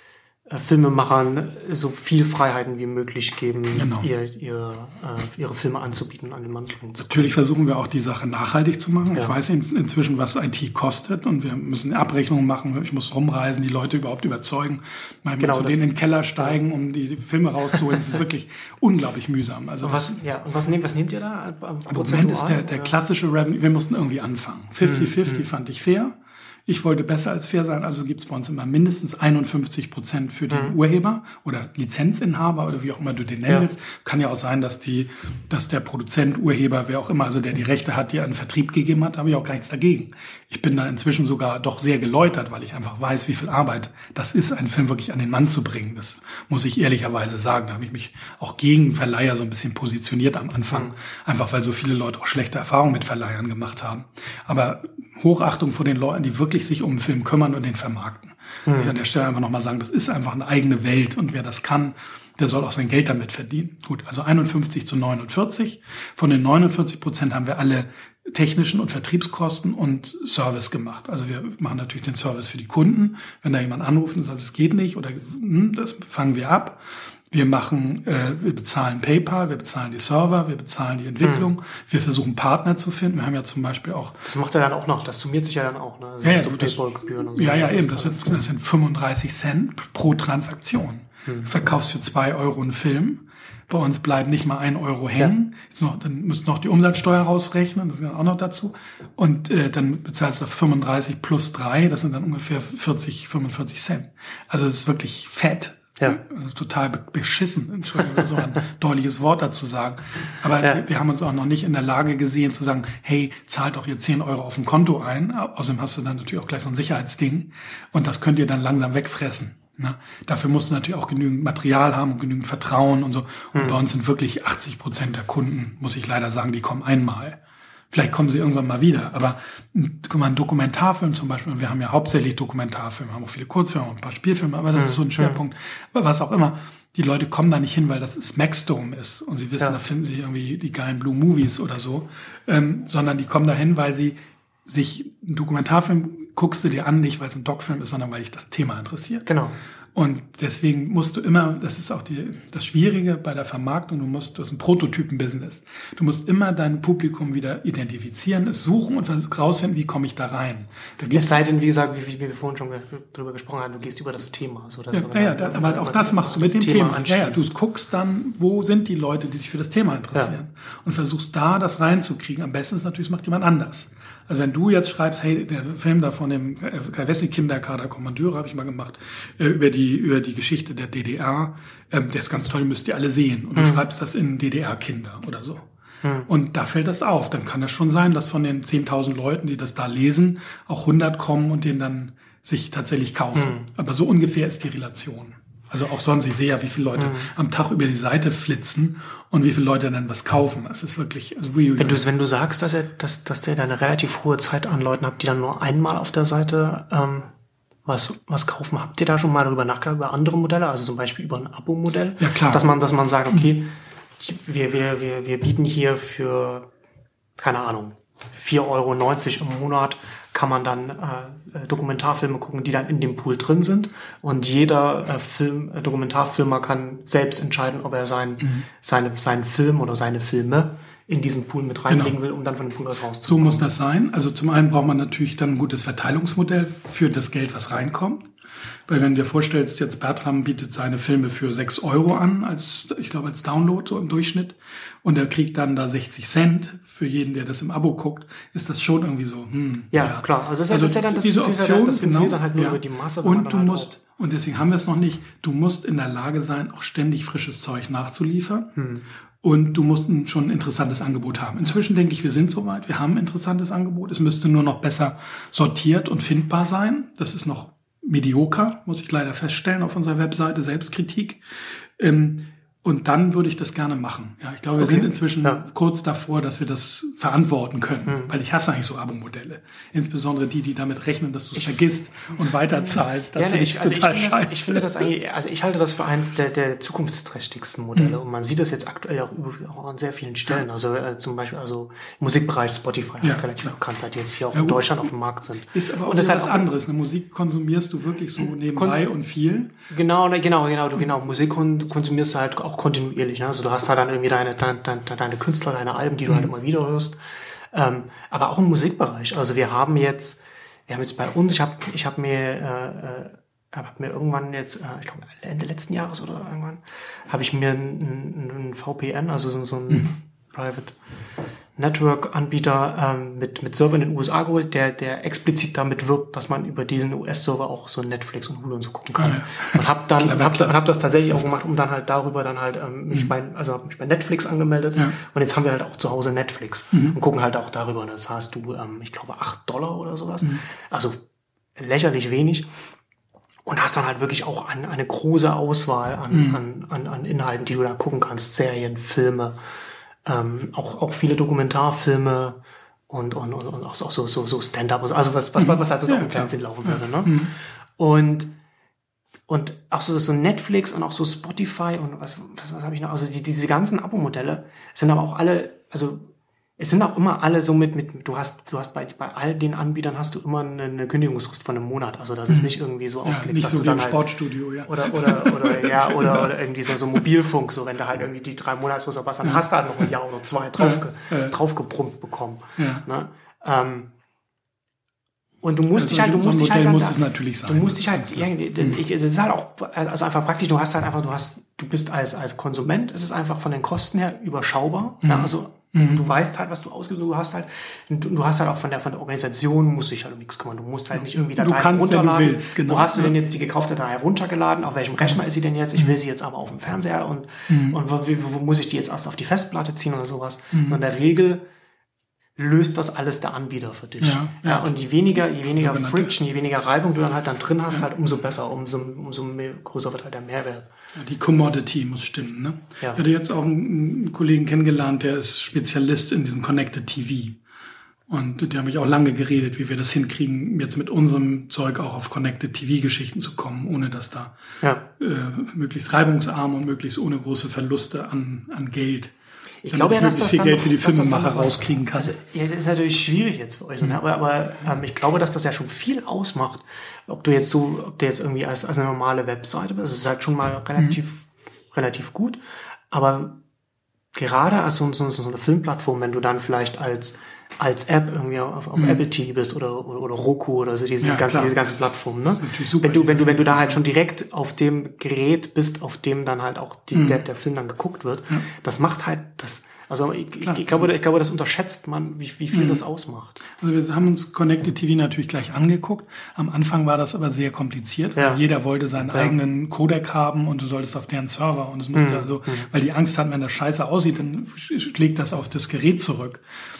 S1: Filmemachern so viel Freiheiten wie möglich geben, genau. ihr, ihr, äh, ihre Filme anzubieten, an den Mann bringen zu können.
S2: Natürlich versuchen wir auch die Sache nachhaltig zu machen. Ja. Ich weiß in, inzwischen, was I T kostet und wir müssen Abrechnungen machen. Ich muss rumreisen, die Leute überhaupt überzeugen, mal genau, zu denen in den Keller steigen, um die Filme rauszuholen. Das ist wirklich unglaublich mühsam. Also
S1: und was, das, ja, und was, nehmt, was nehmt ihr da?
S2: Im Moment ist der, der klassische Revenue, wir mussten irgendwie anfangen. fünfzig fünfzig hm. fand ich fair. Ich wollte besser als fair sein, also gibt es bei uns immer mindestens einundfünfzig Prozent für den mhm. Urheber oder Lizenzinhaber oder wie auch immer du den nennen willst. Ja. Kann ja auch sein, dass die, dass der Produzent, Urheber, wer auch immer, also der die Rechte hat, die an den Vertrieb gegeben hat, habe ich auch gar nichts dagegen. Ich bin da inzwischen sogar doch sehr geläutert, weil ich einfach weiß, wie viel Arbeit das ist, einen Film wirklich an den Mann zu bringen. Das muss ich ehrlicherweise sagen. Da habe ich mich auch gegen Verleiher so ein bisschen positioniert am Anfang, mhm. einfach weil so viele Leute auch schlechte Erfahrungen mit Verleihern gemacht haben. Aber Hochachtung vor den Leuten, die wirklich sich um den Film kümmern und den vermarkten. Mhm. Ich an der Stelle einfach nochmal sagen, das ist einfach eine eigene Welt und wer das kann, der soll auch sein Geld damit verdienen. Gut, also einundfünfzig zu neunundvierzig. Von den neunundvierzig Prozent haben wir alle technischen und Vertriebskosten und Service gemacht. Also wir machen natürlich den Service für die Kunden. Wenn da jemand anruft und sagt, es geht nicht oder hm, das fangen wir ab. Wir machen, äh, wir bezahlen PayPal, wir bezahlen die Server, wir bezahlen die Entwicklung, hm. wir versuchen Partner zu finden. Wir haben ja zum Beispiel auch.
S1: Das macht er dann auch noch, das summiert sich ja dann auch, ne? Also
S2: ja, ja,
S1: so
S2: das, PayPal-Gebühren und so. Ja, ja, das eben. Das sind, das sind fünfunddreißig Cent pro Transaktion. Hm. Du verkaufst für zwei Euro einen Film. Bei uns bleibt nicht mal ein Euro hängen. Ja. Jetzt noch, dann müsst ihr noch die Umsatzsteuer rausrechnen, das gehört auch noch dazu. Und äh, dann bezahlst du fünfunddreißig plus drei, das sind dann ungefähr vierzig, fünfundvierzig Cent. Also das ist wirklich fett. Ja. Das ist total beschissen, Entschuldigung, so ein deutliches Wort dazu sagen. Aber ja. wir, wir haben uns auch noch nicht in der Lage gesehen zu sagen, hey, zahlt doch ihr zehn Euro auf ein Konto ein. Außerdem hast du dann natürlich auch gleich so ein Sicherheitsding. Und das könnt ihr dann langsam wegfressen. Na, dafür musst du natürlich auch genügend Material haben und genügend Vertrauen und so. Und mhm. bei uns sind wirklich achtzig Prozent der Kunden, muss ich leider sagen, die kommen einmal. Vielleicht kommen sie irgendwann mal wieder. Aber guck mal, ein Dokumentarfilm zum Beispiel, und wir haben ja hauptsächlich Dokumentarfilme, haben auch viele Kurzfilme und ein paar Spielfilme, aber das mhm. ist so ein Schwerpunkt. Aber was auch immer, die Leute kommen da nicht hin, weil das Smackstone ist und sie wissen, ja. da finden sie irgendwie die geilen Blue Movies oder so, ähm, sondern die kommen da hin, weil sie sich einen Dokumentarfilm guckst du dir an, nicht weil es ein Doc-Film ist, sondern weil dich das Thema interessiert.
S1: Genau.
S2: Und deswegen musst du immer, das ist auch die, das Schwierige bei der Vermarktung, du musst, du hast ein Prototypen-Business. Du musst immer dein Publikum wieder identifizieren, es suchen und rausfinden, wie komme ich da rein. Da
S1: es sei denn, wie gesagt, wie, wie wir vorhin schon drüber gesprochen haben, du gehst über das Thema. So, dass
S2: ja, ja, da, aber auch das machst du mit dem Thema. Thema. Ja, ja, du guckst dann, wo sind die Leute, die sich für das Thema interessieren, ja. und versuchst da das reinzukriegen. Am besten ist natürlich, das macht jemand anders. Also wenn du jetzt schreibst, hey, der Film da von dem Kai Wessel Kinderkader Kommandeure habe ich mal gemacht, äh, über die über die Geschichte der D D R, ähm, der ist ganz toll, müsst ihr alle sehen. Und du mhm. schreibst das in D D R-Kinder oder so. Mhm. Und da fällt das auf. Dann kann das schon sein, dass von den zehntausend Leuten, die das da lesen, auch hundert kommen und den dann sich tatsächlich kaufen. Mhm. Aber so ungefähr ist die Relation. Also auch sonst, ich sehe ja, wie viele Leute mhm. am Tag über die Seite flitzen und wie viele Leute dann was kaufen. Das ist wirklich, also really,
S1: wenn du wenn du sagst, dass er, dass dass der da eine relativ hohe Zeit an Leuten habt, die dann nur einmal auf der Seite ähm, was was kaufen, habt ihr da schon mal darüber nachgedacht über andere Modelle, also zum Beispiel über ein Abo-Modell?
S2: Ja, klar.
S1: Dass man dass man sagt, okay, wir wir wir wir bieten hier für keine Ahnung vier Euro neunzig im Monat kann man dann äh, Dokumentarfilme gucken, die dann in dem Pool drin sind. Und jeder äh, Film, äh, Dokumentarfilmer kann selbst entscheiden, ob er sein, mhm. seine, seinen Film oder seine Filme in diesen Pool mit reinlegen genau. will, um dann von dem Pool aus rauszukommen.
S2: So muss das sein. Also zum einen braucht man natürlich dann ein gutes Verteilungsmodell für das Geld, was reinkommt. Weil wenn du dir vorstellst, jetzt Bertram bietet seine Filme für sechs Euro an, als ich glaube als Download so im Durchschnitt, und er kriegt dann da sechzig Cent für jeden, der das im Abo guckt, ist das schon irgendwie so. Hm,
S1: ja, ja, klar. Also das ist,
S2: also
S1: ist ja dann das
S2: diese Option,
S1: das funktioniert
S2: genau,
S1: dann halt nur
S2: ja.
S1: über die Masse.
S2: Und du
S1: halt
S2: musst, auch. und deswegen haben wir es noch nicht, du musst in der Lage sein, auch ständig frisches Zeug nachzuliefern. Hm. Und du musst ein, schon ein interessantes Angebot haben. Inzwischen denke ich, wir sind soweit. Wir haben ein interessantes Angebot. Es müsste nur noch besser sortiert und findbar sein. Das ist noch medioker, muss ich leider feststellen, auf unserer Webseite, Selbstkritik. Ähm, und dann würde ich das gerne machen. Ja, ich glaube, wir okay. sind inzwischen ja. kurz davor, dass wir das verantworten können, mhm. weil ich hasse eigentlich so Abo-Modelle. Insbesondere die, die damit rechnen, dass du es vergisst und weiterzahlst. Das
S1: ja, nee,
S2: ich,
S1: also
S2: total
S1: ich,
S2: scheiße.
S1: Das, ich finde das eigentlich, also ich halte das für eins der, der zukunftsträchtigsten Modelle. Mhm. Und man sieht das jetzt aktuell auch, über, auch an sehr vielen Stellen. Ja. Also äh, zum Beispiel, also im Musikbereich Spotify ja. hat relativ ja. bekannt, seit die jetzt hier auch ja, in Deutschland auf dem Markt sind.
S2: Ist aber auch das was anderes. Eine Musik konsumierst du wirklich so nebenbei und viel.
S1: Genau, genau, genau, du genau. Musik konsumierst du halt auch kontinuierlich, ne? Also du hast halt dann irgendwie deine, deine, deine Künstler, deine Alben, die du mhm. halt immer wieder hörst. Ähm, aber auch im Musikbereich. Also wir haben jetzt, wir haben jetzt bei uns, ich habe ich hab mir, äh, hab mir irgendwann jetzt, äh, ich glaube Ende letzten Jahres oder irgendwann, habe ich mir einen V P N, also so, so ein mhm. Private Network-Anbieter ähm, mit mit Server in den U S A geholt, der der explizit damit wirbt, dass man über diesen U S-Server auch so Netflix und Hulu und so gucken kann. Ja. Und habe dann klar, hab, klar. hab das tatsächlich auch gemacht, um dann halt darüber dann halt ähm, mich mhm. bei also hab mich bei Netflix angemeldet ja. und jetzt haben wir halt auch zu Hause Netflix mhm. und gucken halt auch darüber. Und das hast du, ähm, ich glaube acht Dollar oder sowas, mhm. also lächerlich wenig. Und hast dann halt wirklich auch eine, eine große Auswahl an, mhm. an, an, an Inhalten, die du da gucken kannst, Serien, Filme. Ähm, auch auch viele Dokumentarfilme und und und, und auch so so so Stand-up, also was was was halt so ja, im Fernsehen laufen würde, ne? Mhm. Und und auch so so Netflix und auch so Spotify und was was, was habe ich noch, also die, diese ganzen Abo-Modelle sind aber auch alle, also es sind auch immer alle so mit, mit, du hast, du hast bei, bei all den Anbietern hast du immer eine, eine Kündigungsfrist von einem Monat. Also das ist nicht irgendwie so
S2: ja,
S1: ausgelegt,
S2: nicht
S1: dass
S2: so
S1: du
S2: wie
S1: dann
S2: im
S1: halt,
S2: Sportstudio, ja.
S1: Oder, oder, oder, ja, oder, oder irgendwie so, so Mobilfunk, so wenn du halt irgendwie die drei Monatsfrist hast, dann ja. hast du halt noch ein Jahr oder zwei drauf, ja, ja. draufgebrummt bekommen. Ja. Ne? Ähm, und du musst
S2: also
S1: dich halt, du musst
S2: so
S1: dich halt,
S2: muss
S1: da,
S2: es natürlich sein.
S1: Du musst dich halt, ja, das, ich, das ist halt auch, also einfach praktisch, du hast halt einfach, du hast, du bist als, als Konsument, es ist einfach von den Kosten her überschaubar, mhm. ja, also, mhm. du weißt halt, was du ausgibst, du hast halt, du, du hast halt auch von der, von der Organisation, musst du dich halt um nichts kümmern, du musst halt nicht irgendwie Dateien
S2: du kannst,
S1: runterladen.
S2: Wenn du willst, genau.
S1: Wo hast du denn jetzt die gekaufte Datei runtergeladen? Auf welchem Rechner ist sie denn jetzt? Ich will sie jetzt aber auf dem Fernseher und, mhm. und wo, wo, wo muss ich die jetzt erst auf die Festplatte ziehen oder sowas? Mhm. So in der Regel löst das alles der Anbieter für dich.
S2: Ja, ja.
S1: Ja, und je weniger, je weniger
S2: Sogenannte.
S1: Friction, je weniger Reibung du dann halt dann drin hast, ja. halt umso besser, umso, umso mehr, größer wird halt der Mehrwert.
S2: Ja, die Commodity muss stimmen, ne?
S1: Ja.
S2: Ich hatte jetzt auch einen, einen Kollegen kennengelernt, der ist Spezialist in diesem Connected T V. Und die haben mich auch lange geredet, wie wir das hinkriegen, jetzt mit unserem Zeug auch auf Connected T V-Geschichten zu kommen, ohne dass da
S1: ja.
S2: äh, möglichst reibungsarm und möglichst ohne große Verluste an, an Geld.
S1: Ich glaube ja, dass das
S2: viel
S1: dann
S2: Geld
S1: noch,
S2: für die Filmemacher
S1: was,
S2: rauskriegen kann.
S1: Also, ja, das ist natürlich schwierig jetzt für euch, mhm. aber, aber ähm, ich glaube, dass das ja schon viel ausmacht, ob du jetzt so, ob du jetzt irgendwie als, als eine normale Webseite bist, das ist halt schon mal relativ, mhm. relativ gut, aber gerade als so, so, so eine Filmplattform, wenn du dann vielleicht als als App irgendwie auf, auf mhm. Apple T V bist oder, oder, oder Roku oder so diese
S2: ja,
S1: ganzen, diese ganzen Plattformen, ne? Super, wenn du, wenn du, wenn du da halt schon direkt auf dem Gerät bist, auf dem dann halt auch die, mhm. der, der Film dann geguckt wird, ja. das macht halt das, also ich, Klar, ich, ich glaube, ich glaube, das unterschätzt man, wie, wie viel mhm. das ausmacht.
S2: Also wir haben uns Connected T V natürlich gleich angeguckt. Am Anfang war das aber sehr kompliziert, weil ja. jeder wollte seinen ja. eigenen Codec haben und du solltest auf deren Server und es musste mhm. also, weil die Angst hatten, wenn das scheiße aussieht, dann schlägt das auf das Gerät zurück.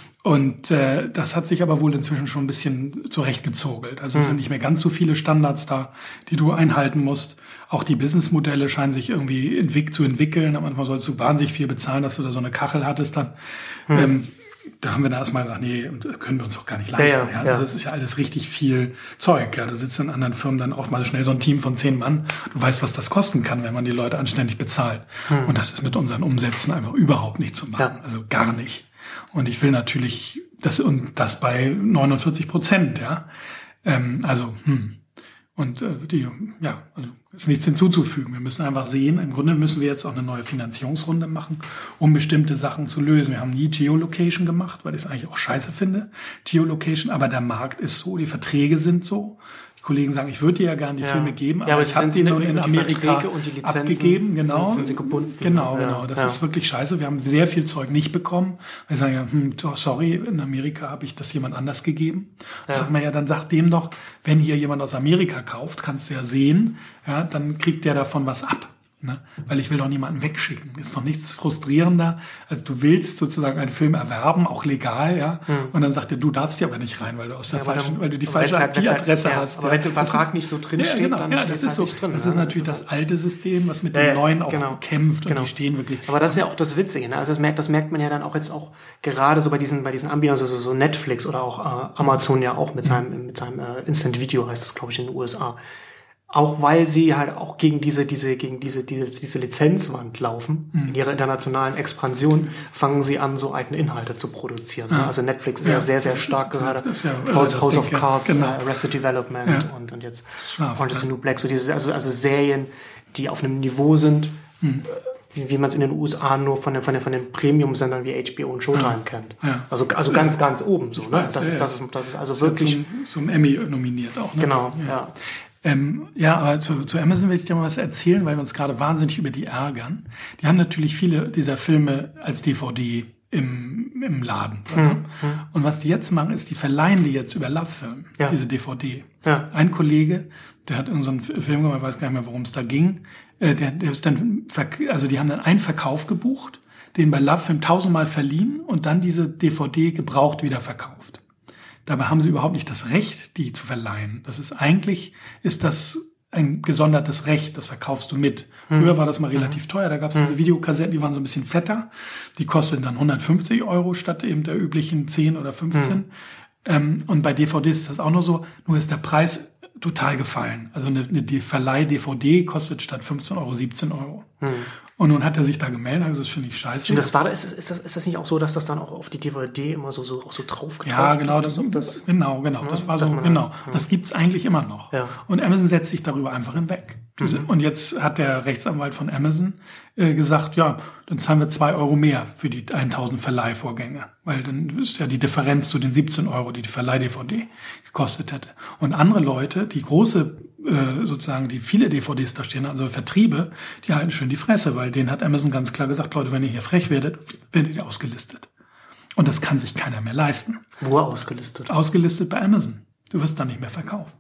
S2: Und äh, das hat sich aber wohl inzwischen schon ein bisschen zurechtgezogelt. Also es mhm. sind nicht mehr ganz so viele Standards da, die du einhalten musst. Auch die Businessmodelle scheinen sich irgendwie entwick- zu entwickeln. Am Anfang sollst du wahnsinnig viel bezahlen, dass du da so eine Kachel hattest dann. Mhm. Ähm, da haben wir dann erstmal gesagt, nee, können wir uns auch gar nicht leisten. Ja, ja, ja. Also das ist ja alles richtig viel Zeug. Ja, da sitzt in anderen Firmen dann auch mal schnell so ein Team von zehn Mann. Du weißt, was das kosten kann, wenn man die Leute anständig bezahlt. Mhm. Und das ist mit unseren Umsätzen einfach überhaupt nicht zu machen. Ja. Also gar nicht. Und ich will natürlich das und das bei neunundvierzig Prozent, ja. Ähm, also, hm. Und äh, die, ja, also ist nichts hinzuzufügen. Wir müssen einfach sehen, im Grunde müssen wir jetzt auch eine neue Finanzierungsrunde machen, um bestimmte Sachen zu lösen. Wir haben nie Geolocation gemacht, weil ich es eigentlich auch scheiße finde, Geolocation, aber der Markt ist so, die Verträge sind so. Die Kollegen sagen, ich würde dir ja gerne die
S1: ja.
S2: Filme geben,
S1: aber, ja, aber
S2: ich habe die nun in Amerika
S1: und die Lizenzen
S2: abgegeben. Genau,
S1: sind, sind sie gebunden.
S2: Genau, genau. Das ja. ist wirklich scheiße. Wir haben sehr viel Zeug nicht bekommen. Wir sagen ja, hm, sorry, in Amerika habe ich das jemand anders gegeben. Ja. Sagt man ja, dann sagt dem doch, wenn hier jemand aus Amerika kauft, kannst du ja sehen, ja, dann kriegt der davon was ab. Ne? Weil ich will doch niemanden wegschicken. Ist noch nichts frustrierender. Also du willst sozusagen einen Film erwerben, auch legal, ja. Hm. Und dann sagt er, du darfst hier aber nicht rein, weil du aus der ja, falschen, weil du die falsche I P-Adresse halt, hast.
S1: Aber ja. wenn es im Vertrag ist, nicht so drin steht, ja, genau, dann
S2: ja,
S1: steht
S2: das
S1: es
S2: ist
S1: halt
S2: so,
S1: nicht drin.
S2: Das
S1: ja,
S2: ist natürlich
S1: das,
S2: das alte System, was mit
S1: ja,
S2: dem neuen auch
S1: genau.
S2: kämpft
S1: genau.
S2: und die stehen wirklich.
S1: Aber das ist ja auch das Witzige, ne? Also das merkt, das merkt man ja dann auch jetzt auch gerade so bei diesen, bei diesen Anbietern, also so Netflix oder auch äh, Amazon ja auch mit seinem, mit seinem äh, Instant Video heißt das, glaube ich, in den U S A. Auch weil sie halt auch gegen diese, diese, gegen diese, diese, diese Lizenzwand laufen. Mhm. In ihrer internationalen Expansion fangen sie an, so eigene Inhalte zu produzieren. Ja. Also Netflix ist ja, ja sehr, sehr stark das, gerade. Das ja, House, House of Cards, genau. uh, Arrested Development ja. und, und jetzt Orange is the New Black. So diese, also, also Serien, die auf einem Niveau sind, mhm. wie, wie man es in den U S A nur von den, von den, von den Premium-Sendern wie H B O und Showtime ja. kennt. Ja. Also, also ganz, ganz oben, so, ne?
S2: Weiß,
S1: das
S2: ja,
S1: ist, das ist, das ist also
S2: das
S1: wirklich.
S2: Zum, zum Emmy nominiert auch, ne?
S1: Genau, ja. ja.
S2: Ähm, ja, aber zu, zu Amazon will ich dir mal was erzählen, weil wir uns gerade wahnsinnig über die ärgern. Die haben natürlich viele dieser Filme als D V D im, im Laden. Mhm. Und was die jetzt machen, ist, die verleihen die jetzt über LoveFilm, ja. diese D V D. Ja. Ein Kollege, der hat unseren Film gemacht, ich weiß gar nicht mehr, worum es da ging, äh, der, der ist dann, also die haben dann einen Verkauf gebucht, den bei LoveFilm tausendmal verliehen und dann diese D V D gebraucht wieder verkauft. Dabei haben sie überhaupt nicht das Recht, die zu verleihen. Das ist eigentlich, ist das ein gesondertes Recht, das verkaufst du mit. Hm. Früher war das mal relativ hm. teuer, da gab es hm. diese Videokassetten, die waren so ein bisschen fetter. Die kosteten dann hundertfünfzig Euro statt eben der üblichen zehn oder fünfzehn. Hm. Ähm, und bei D V Ds ist das auch nur so, nur ist der Preis total gefallen. Also eine, eine Verleih-D V D kostet statt fünfzehn Euro siebzehn Euro. Hm. Und nun hat er sich da gemeldet, also das finde ich scheiße.
S1: Und das war, ist, ist, das, ist das nicht auch so, dass das dann auch auf die D V D immer so, so, auch so drauf getauft
S2: Ja, genau, das, das, genau, genau, ja, das war so, genau. Ja. Das gibt's eigentlich immer noch. Ja. Und Amazon setzt sich darüber einfach hinweg. Mhm. Und jetzt hat der Rechtsanwalt von Amazon äh, gesagt, ja, dann zahlen wir zwei Euro mehr für die tausend Verleihvorgänge. Weil dann ist ja die Differenz zu den siebzehn Euro, die die Verleih-D V D gekostet hätte. Und andere Leute, die große, äh, sozusagen, die viele D V Ds da stehen, also Vertriebe, die halten schön die Fresse, weil denen hat Amazon ganz klar gesagt, Leute, wenn ihr hier frech werdet, werdet ihr ausgelistet. Und das kann sich keiner mehr leisten.
S1: Wo ausgelistet?
S2: Ausgelistet bei Amazon. Du wirst dann nicht mehr verkaufen.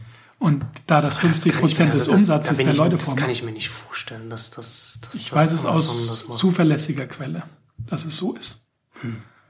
S2: Und da das fünfzig Prozent des Umsatzes der Leute
S1: vormachen. Das kann ich mir nicht vorstellen, dass das...
S2: Ich weiß es aus zuverlässiger Quelle, dass es so ist.
S1: Hm.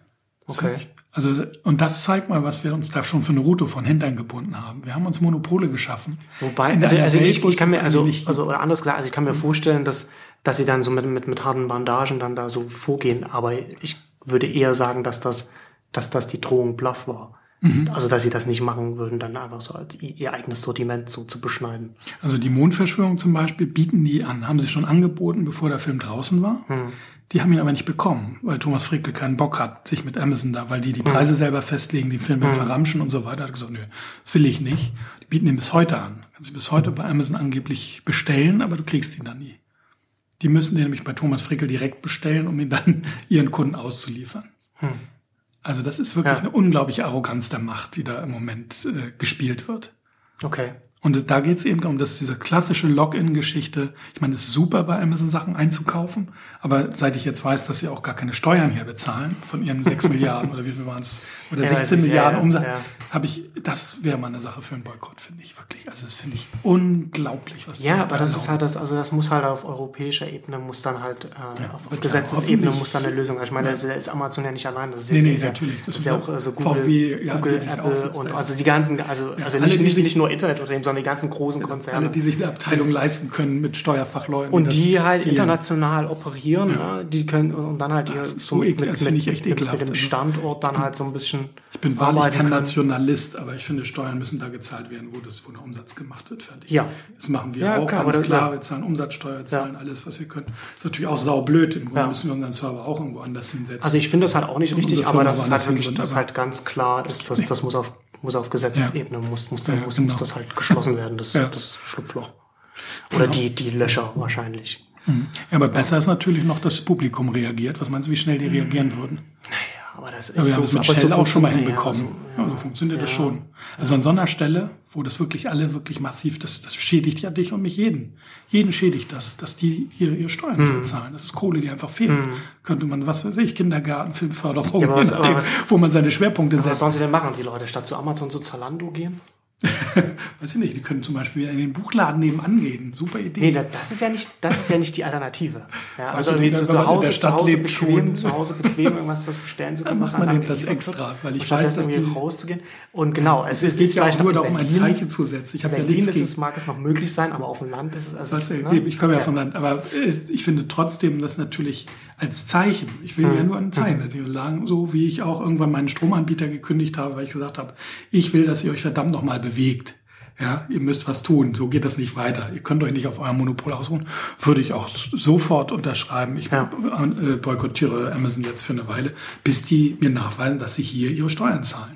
S1: Okay.
S2: Also, und das zeigt mal, was wir uns da schon für eine Route von Hintern gebunden haben. Wir haben uns Monopole geschaffen.
S1: Wobei, also, also Welt, ich, ich kann mir, also, also, oder anders gesagt, also ich kann mir vorstellen, dass, dass sie dann so mit, mit, mit harten Bandagen dann da so vorgehen. Aber ich würde eher sagen, dass das, dass das die Drohung Bluff war. Mhm. Also, dass sie das nicht machen würden, dann einfach so als ihr eigenes Sortiment so zu beschneiden.
S2: Also, die Mondverschwörung zum Beispiel bieten die an, haben sie schon angeboten, bevor der Film draußen war. Mhm. Die haben ihn aber nicht bekommen, weil Thomas Frickel keinen Bock hat, sich mit Amazon da, weil die die Preise mhm. selber festlegen, die Filme mhm. verramschen und so weiter. Hat gesagt, nö, das will ich nicht. Die bieten ihn bis heute an. Kannst du bis heute bei Amazon angeblich bestellen, aber du kriegst ihn dann nie. Die müssen den nämlich bei Thomas Frickel direkt bestellen, um ihn dann ihren Kunden auszuliefern. Mhm. Also das ist wirklich ja. eine unglaubliche Arroganz der Macht, die da im Moment äh, gespielt wird.
S1: Okay.
S2: Und da geht es eben darum, dass diese klassische Login-Geschichte, ich meine, es ist super bei Amazon Sachen einzukaufen, aber seit ich jetzt weiß, dass sie auch gar keine Steuern hier bezahlen von ihren sechs Milliarden oder wie viel waren es, oder ja, sechzehn Milliarden ja, Umsatz, ja. habe ich, das wäre mal eine Sache für einen Boykott, finde ich wirklich. Also das finde ich unglaublich, was
S1: Ja, aber das ist halt das, also das muss halt auf europäischer Ebene, muss dann halt, äh, ja, auf, auf Gesetzesebene muss dann eine Lösung. Ich meine, ja. da ist Amazon ja nicht allein, das ist,
S2: nee, nee,
S1: ist,
S2: natürlich.
S1: Das, das ist ja auch also Google, V W, ja, Google Apple und also die ganzen, also,
S2: ja,
S1: also nicht, nicht, nicht nur Internetunternehmen, sondern die ganzen großen Konzerne.
S2: Alle, die sich eine Abteilung das, leisten können mit Steuerfachleuten.
S1: Und die, die halt international operieren, ja. ne? Die können und dann halt ihr
S2: so mit, mit, mit,
S1: mit, mit dem Standort dann halt so ein bisschen.
S2: Ich bin wahrlich kein Nationalist, aber ich finde, Steuern müssen da gezahlt werden, wo das, wo der Umsatz gemacht wird, fertig.
S1: Ja.
S2: Das machen wir
S1: ja,
S2: auch
S1: klar,
S2: ganz
S1: das,
S2: klar.
S1: Ja.
S2: Wir zahlen Umsatzsteuer, zahlen ja. alles, was wir können. Das ist natürlich auch saublöd. Im Grunde
S1: ja.
S2: müssen wir unseren Server auch irgendwo anders hinsetzen.
S1: Also ich finde das halt auch nicht richtig, aber das ist halt wirklich, das halt ganz klar ist, dass das muss auf muss auf Gesetzesebene, ja. muss, muss, ja, muss, genau. muss das halt geschlossen werden, das, ja. das Schlupfloch. Oder genau. die, die Löcher wahrscheinlich.
S2: Mhm. Ja, aber besser ja. ist natürlich noch, dass das Publikum reagiert. Was meinst du, wie schnell die reagieren würden?
S1: Naja, aber das ist
S2: ja, wir
S1: so.
S2: haben es mit Shell
S1: so
S2: auch schon mal hinbekommen.
S1: Ja, also,
S2: ja, ja, so funktioniert ja. das schon. Also an so einer Stelle, wo das wirklich alle wirklich massiv, das, das schädigt ja dich und mich jeden. Jeden schädigt das, dass die hier ihre Steuern nicht bezahlen. Das ist Kohle, die einfach fehlt. Mhm. Könnte man, was weiß ich, Kindergarten, Filmförderung,
S1: ja, was, dem,
S2: was, wo man seine Schwerpunkte setzt.
S1: Was sollen sie denn machen, die Leute? Statt zu Amazon zu Zalando gehen?
S2: Weiß ich nicht, die können zum Beispiel in den Buchladen nebenan gehen. Super Idee.
S1: Nee, das ist ja nicht, das ist ja nicht die Alternative. Ja, also irgendwie zu, zu Hause, zu Hause bequem, zu Hause bequem irgendwas was bestellen zu können.
S2: Dann macht man eben das extra, weil ich weiß, dass die
S1: rauszugehen. Und genau, es, es
S2: geht
S1: ist
S2: ja
S1: vielleicht
S2: auch nur darum, ein Zeichen zu setzen. Ich habe ja nichts
S1: ist es, mag es noch möglich sein, aber auf dem Land ist es, also
S2: was, es, ne? Ich komme ja, ja vom Land, aber ich finde trotzdem, dass natürlich als Zeichen, ich will mhm. ja nur ein Zeichen, also ich sagen, so wie ich auch irgendwann meinen Stromanbieter gekündigt habe, weil ich gesagt habe, ich will, dass ihr euch verdammt nochmal bewegt. Ja, ihr müsst was tun, so geht das nicht weiter. Ihr könnt euch nicht auf eurem Monopol ausruhen. Würde ich auch sofort unterschreiben. Ich ja. äh, boykottiere Amazon jetzt für eine Weile, bis die mir nachweisen, dass sie hier ihre Steuern zahlen.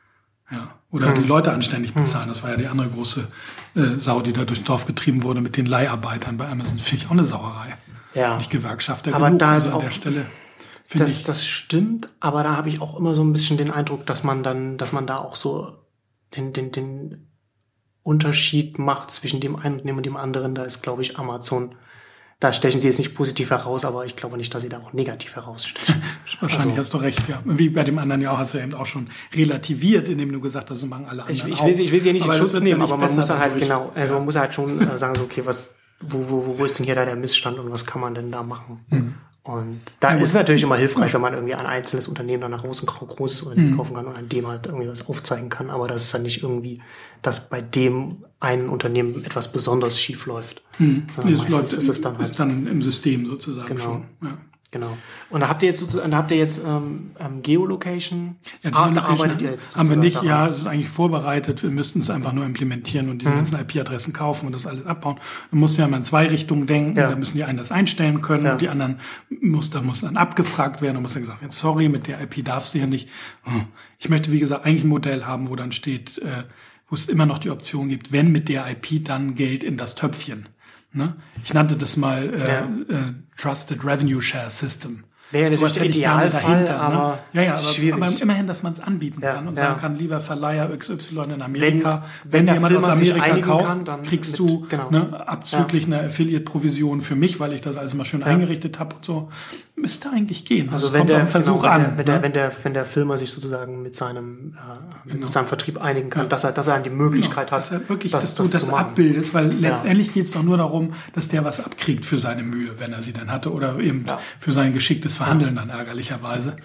S2: Ja, oder hm. die Leute anständig bezahlen. Das war ja die andere große äh, Sau, die da durchs Dorf getrieben wurde mit den Leiharbeitern bei Amazon. Finde ich auch eine Sauerei.
S1: Ja.
S2: Nicht Gewerkschafter
S1: aber
S2: genug,
S1: da
S2: also
S1: ist
S2: an
S1: auch,
S2: der Stelle.
S1: Das, das stimmt, aber da habe ich auch immer so ein bisschen den Eindruck, dass man dann, dass man da auch so den, den, den Unterschied macht zwischen dem einen Unternehmen und dem anderen. Da ist, glaube ich, Amazon, da stechen sie jetzt nicht positiv heraus, aber ich glaube nicht, dass sie da auch negativ herausstechen.
S2: Wahrscheinlich also, hast du recht, ja. Wie bei dem anderen ja auch, hast du ja eben auch schon relativiert, indem du gesagt hast, das machen alle anderen
S1: ich, ich will sie, ich will sie ja nicht in Schutz nehmen,
S2: ja
S1: aber man muss halt,
S2: dadurch.
S1: genau, also ja. man muss halt schon äh, sagen, so, okay, was, wo, wo, wo ist denn hier da der Missstand und was kann man denn da machen? Mhm. Und da ja, ist es natürlich immer hilfreich, ja. wenn man irgendwie ein einzelnes Unternehmen dann nach groß, ein großes Unternehmen mhm. kaufen kann und an dem halt irgendwie was aufzeigen kann. Aber das ist dann nicht irgendwie, dass bei dem einen Unternehmen etwas besonders schief läuft.
S2: Mhm. Sondern meistens läuft, ist es dann halt. Ist dann im System sozusagen
S1: genau.
S2: schon. Ja.
S1: Genau. Und da habt ihr jetzt sozusagen, da habt ihr jetzt ähm, Geolocation.
S2: Ja, ah, da arbeitet ihr jetzt. Haben wir nicht, daran. Ja, es ist eigentlich vorbereitet. Wir müssten es einfach nur implementieren und diese mhm. ganzen I P-Adressen kaufen und das alles abbauen. Du musst ja mal in zwei Richtungen denken. Ja. Da müssen die einen das einstellen können ja. und die anderen muss, da muss dann abgefragt werden und muss dann gesagt werden, sorry, mit der I P darfst du ja nicht. Ich möchte, wie gesagt, eigentlich ein Modell haben, wo dann steht, äh, wo es immer noch die Option gibt, wenn mit der I P dann Geld in das Töpfchen. Ne? Ich nannte das mal äh, ja. äh, Trusted Revenue Share System.
S1: Wäre ja natürlich der Idealfall, aber
S2: ne? ja, ja, aber,
S1: schwierig.
S2: aber immerhin, dass man es anbieten
S1: ja,
S2: kann und
S1: ja.
S2: sagen kann, lieber Verleiher X Y in Amerika,
S1: wenn,
S2: wenn, wenn jemand aus Amerika kauft,
S1: kann, dann
S2: kriegst
S1: mit,
S2: du
S1: genau.
S2: ne, abzüglich ja. eine Affiliate-Provision für mich, weil ich das alles mal schön ja. eingerichtet habe und so. Müsste eigentlich gehen.
S1: Also
S2: das
S1: wenn
S2: kommt
S1: der
S2: auf den Versuch
S1: genau, wenn
S2: an.
S1: Der, wenn, der, wenn, der, wenn der Filmer sich sozusagen mit seinem, äh, genau. mit seinem Vertrieb einigen kann, ja. dass er, dass er die Möglichkeit
S2: genau.
S1: hat,
S2: dass er wirklich,
S1: das,
S2: dass
S1: das
S2: du das abbildest, weil letztendlich ja. geht es doch nur darum, dass der was abkriegt für seine Mühe, wenn er sie dann hatte, oder eben ja. für sein geschicktes Verhandeln ja. dann ärgerlicherweise.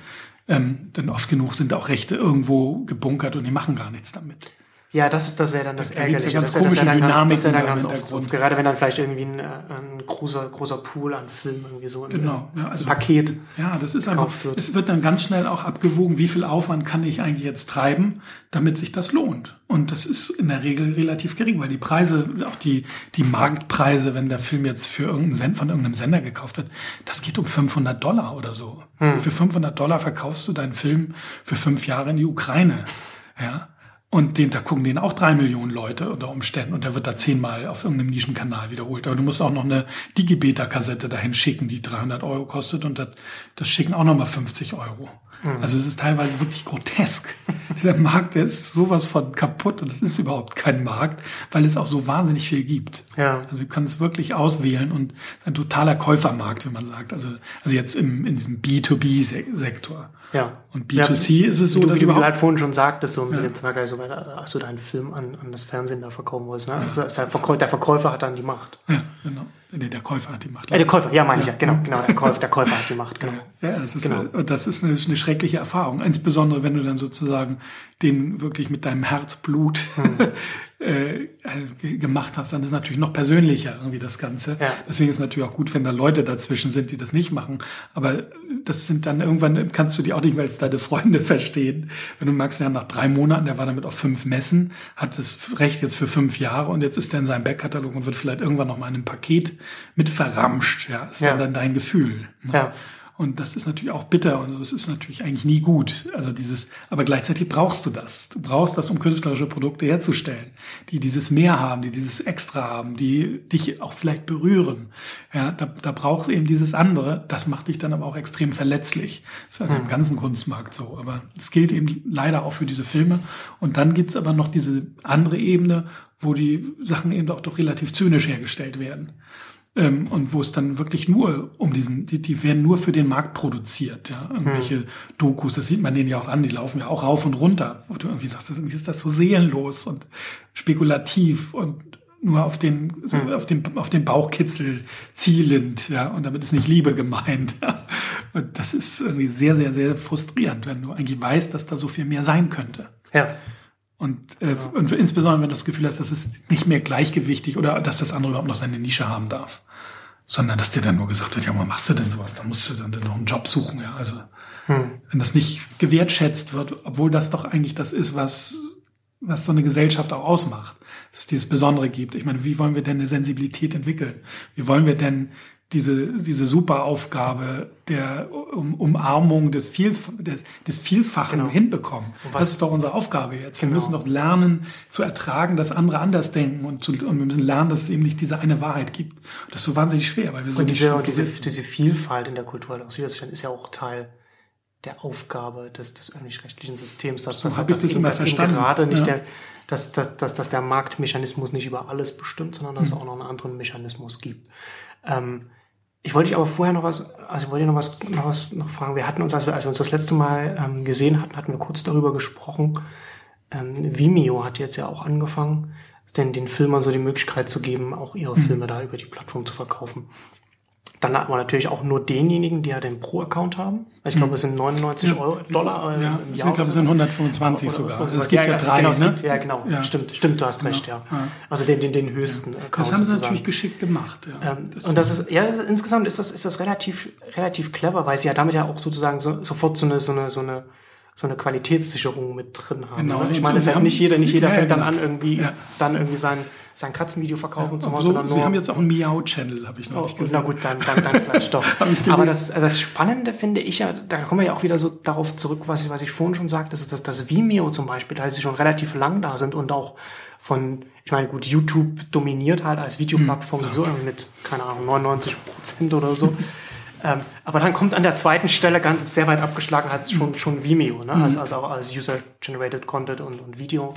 S2: Ähm, denn oft genug sind auch Rechte irgendwo gebunkert und die machen gar nichts damit.
S1: Ja, das ist das ja dann das
S2: da Ärgerliche.
S1: Ja
S2: ganz das, komische
S1: das ja
S2: Dynamik.
S1: Das ist ja dann ganz oft so. Gerade wenn dann vielleicht irgendwie ein, ein großer, großer Pool an Filmen irgendwie so ein,
S2: genau, ja, also,
S1: ein Paket.
S2: Ja, das ist einfach, wird. Es wird dann ganz schnell auch abgewogen, wie viel Aufwand kann ich eigentlich jetzt treiben, damit sich das lohnt. Und das ist in der Regel relativ gering, weil die Preise, auch die, die Marktpreise, wenn der Film jetzt für irgendeinen Send, von irgendeinem Sender gekauft wird, das geht um fünfhundert Dollar oder so. Hm. Für fünfhundert Dollar verkaufst du deinen Film für fünf Jahre in die Ukraine. Ja. Und den, da gucken den auch drei Millionen Leute unter Umständen und der wird da zehnmal auf irgendeinem Nischenkanal wiederholt. Aber du musst auch noch eine Digibeta-Kassette dahin schicken, die dreihundert Euro kostet und das, das schicken auch nochmal fünfzig Euro. Mhm. Also es ist teilweise wirklich grotesk. Dieser Markt, der ist sowas von kaputt und es ist überhaupt kein Markt, weil es auch so wahnsinnig viel gibt.
S1: Ja.
S2: Also du kannst es wirklich auswählen und es ist ein totaler Käufermarkt, wie man sagt. Also, also jetzt im, in diesem B to B-Sektor.
S1: Ja.
S2: Und B to C ja, ist es so,
S1: du,
S2: dass
S1: wie du halt vorhin schon sagtest, so mit
S2: ja.
S1: dem Vergleich, so weiter, hast du deinen Film an, an das Fernsehen da verkaufen wolltest, ne? Ja. Also der, Verkäufer, der Verkäufer hat dann die Macht.
S2: Ja, genau. Nee, der Käufer hat die Macht.
S1: Ja, der Käufer, ja, meine ja. ich ja, genau, genau, der Käufer, der Käufer hat die Macht, genau.
S2: Ja, das ist,
S1: genau.
S2: eine, das ist eine, eine schreckliche Erfahrung. Insbesondere, wenn du dann sozusagen den wirklich mit deinem Herzblut hm. äh, gemacht hast, dann ist es natürlich noch persönlicher irgendwie das Ganze.
S1: Ja.
S2: Deswegen ist es natürlich auch gut, wenn da Leute dazwischen sind, die das nicht machen. Aber das sind dann irgendwann, kannst du die auch nicht mehr als deine Freunde verstehen. Wenn du magst, ja nach drei Monaten, der war damit auf fünf Messen, hat das Recht jetzt für fünf Jahre und jetzt ist er in seinem Backkatalog und wird vielleicht irgendwann noch mal in einem Paket mit verramscht. Ja, ist ja. dann, dann dein Gefühl. Ne?
S1: Ja.
S2: Und das ist natürlich auch bitter und das ist natürlich eigentlich nie gut. Also dieses, aber gleichzeitig brauchst du das. Du brauchst das, um künstlerische Produkte herzustellen, die dieses Mehr haben, die dieses Extra haben, die dich auch vielleicht berühren. Ja, da, da brauchst du eben dieses andere. Das macht dich dann aber auch extrem verletzlich. Das ist also mhm. im ganzen Kunstmarkt so. Aber es gilt eben leider auch für diese Filme. Und dann gibt's aber noch diese andere Ebene, wo die Sachen eben auch doch relativ zynisch hergestellt werden. Ähm, und wo es dann wirklich nur um diesen, die, die werden nur für den Markt produziert, ja, irgendwelche hm. Dokus, das sieht man denen ja auch an, die laufen ja auch rauf und runter. Und du irgendwie sagst, irgendwie ist das so seelenlos und spekulativ und nur auf den, so hm. auf den, auf den Bauchkitzel zielend, ja, und damit ist nicht Liebe gemeint. Ja. Und das ist irgendwie sehr, sehr, sehr frustrierend, wenn du eigentlich weißt, dass da so viel mehr sein könnte.
S1: Ja.
S2: Und, äh, ja. und insbesondere, wenn du das Gefühl hast, dass es nicht mehr gleichgewichtig oder dass das andere überhaupt noch seine Nische haben darf. Sondern, dass dir dann nur gesagt wird, ja, warum machst du denn sowas? Da musst du dann noch einen Job suchen, ja. Also, hm. wenn das nicht gewertschätzt wird, obwohl das doch eigentlich das ist, was, was so eine Gesellschaft auch ausmacht. Dass es dieses Besondere gibt. Ich meine, wie wollen wir denn eine Sensibilität entwickeln? Wie wollen wir denn diese, diese super Aufgabe der um, Umarmung des, Vielf- des, des Vielfachen genau. hinbekommen. Was, das ist doch unsere Aufgabe jetzt. Genau. Wir müssen doch lernen zu ertragen, dass andere anders denken und, zu, und wir müssen lernen, dass es eben nicht diese eine Wahrheit gibt. Das ist so wahnsinnig schwer, weil wir so
S1: und diese, und diese, diese Vielfalt in der Kultur aus Süddeutschland ist ja auch Teil der Aufgabe des, des öffentlich-rechtlichen Systems. Dass,
S2: so
S1: das,
S2: habe ich das immer verstanden.
S1: Gerade nicht
S2: ja.
S1: der, dass, dass, dass, dass der Marktmechanismus nicht über alles bestimmt, sondern dass hm. es auch noch einen anderen Mechanismus gibt. Ähm, Ich wollte dich aber vorher noch was, also ich wollte noch was, noch was noch fragen. Wir hatten uns, als wir, als wir uns das letzte Mal ähm, gesehen hatten, hatten wir kurz darüber gesprochen. Ähm, Vimeo hat jetzt ja auch angefangen, denn den Filmern so die Möglichkeit zu geben, auch ihre mhm. Filme da über die Plattform zu verkaufen. Dann aber natürlich auch nur denjenigen, die ja den Pro-Account haben. Ich glaube, es sind neunundneunzig ja. Euro, Dollar äh,
S2: ja.
S1: im Jahr.
S2: Ich glaube, es sind hundertfünfundzwanzig oder, sogar. Oder, oder
S1: also es gibt ja, ja drei,
S2: genau,
S1: es
S2: ne?
S1: gibt, ja, genau. Ja. Stimmt, stimmt, du hast genau. recht, ja. ja. Also den, den, den höchsten
S2: ja.
S1: Account.
S2: Das haben sie
S1: sozusagen.
S2: natürlich geschickt gemacht, ja.
S1: Ähm, das und das ist, ja, das ist, insgesamt ist das, ist das relativ, relativ clever, weil sie ja damit ja auch sozusagen so, sofort so eine, so eine, so eine, so eine Qualitätssicherung mit drin haben.
S2: Genau.
S1: Ne? Ich meine, es hat nicht jeder, nicht jeder
S2: ja,
S1: fängt
S2: genau.
S1: dann an, irgendwie,
S2: ja.
S1: dann irgendwie sein, sein Katzenvideo verkaufen
S2: ja,
S1: zum
S2: so,
S1: Hause.
S2: Sie haben jetzt auch einen Miau-Channel, habe ich noch
S1: oh,
S2: nicht gesehen.
S1: Na gut, dann, dann, dann vielleicht doch. Aber das, das Spannende finde ich ja, da kommen wir ja auch wieder so darauf zurück, was ich, was ich vorhin schon sagte, dass, dass Vimeo zum Beispiel, da sie schon relativ lang da sind und auch von, ich meine, gut, YouTube dominiert halt als Videoplattform hm. so mit, keine Ahnung, neunundneunzig Prozent oder so. Ähm, aber dann kommt an der zweiten Stelle ganz sehr weit abgeschlagen halt schon, schon Vimeo, ne? Mhm. Also, also auch als User-Generated Content und, und Video.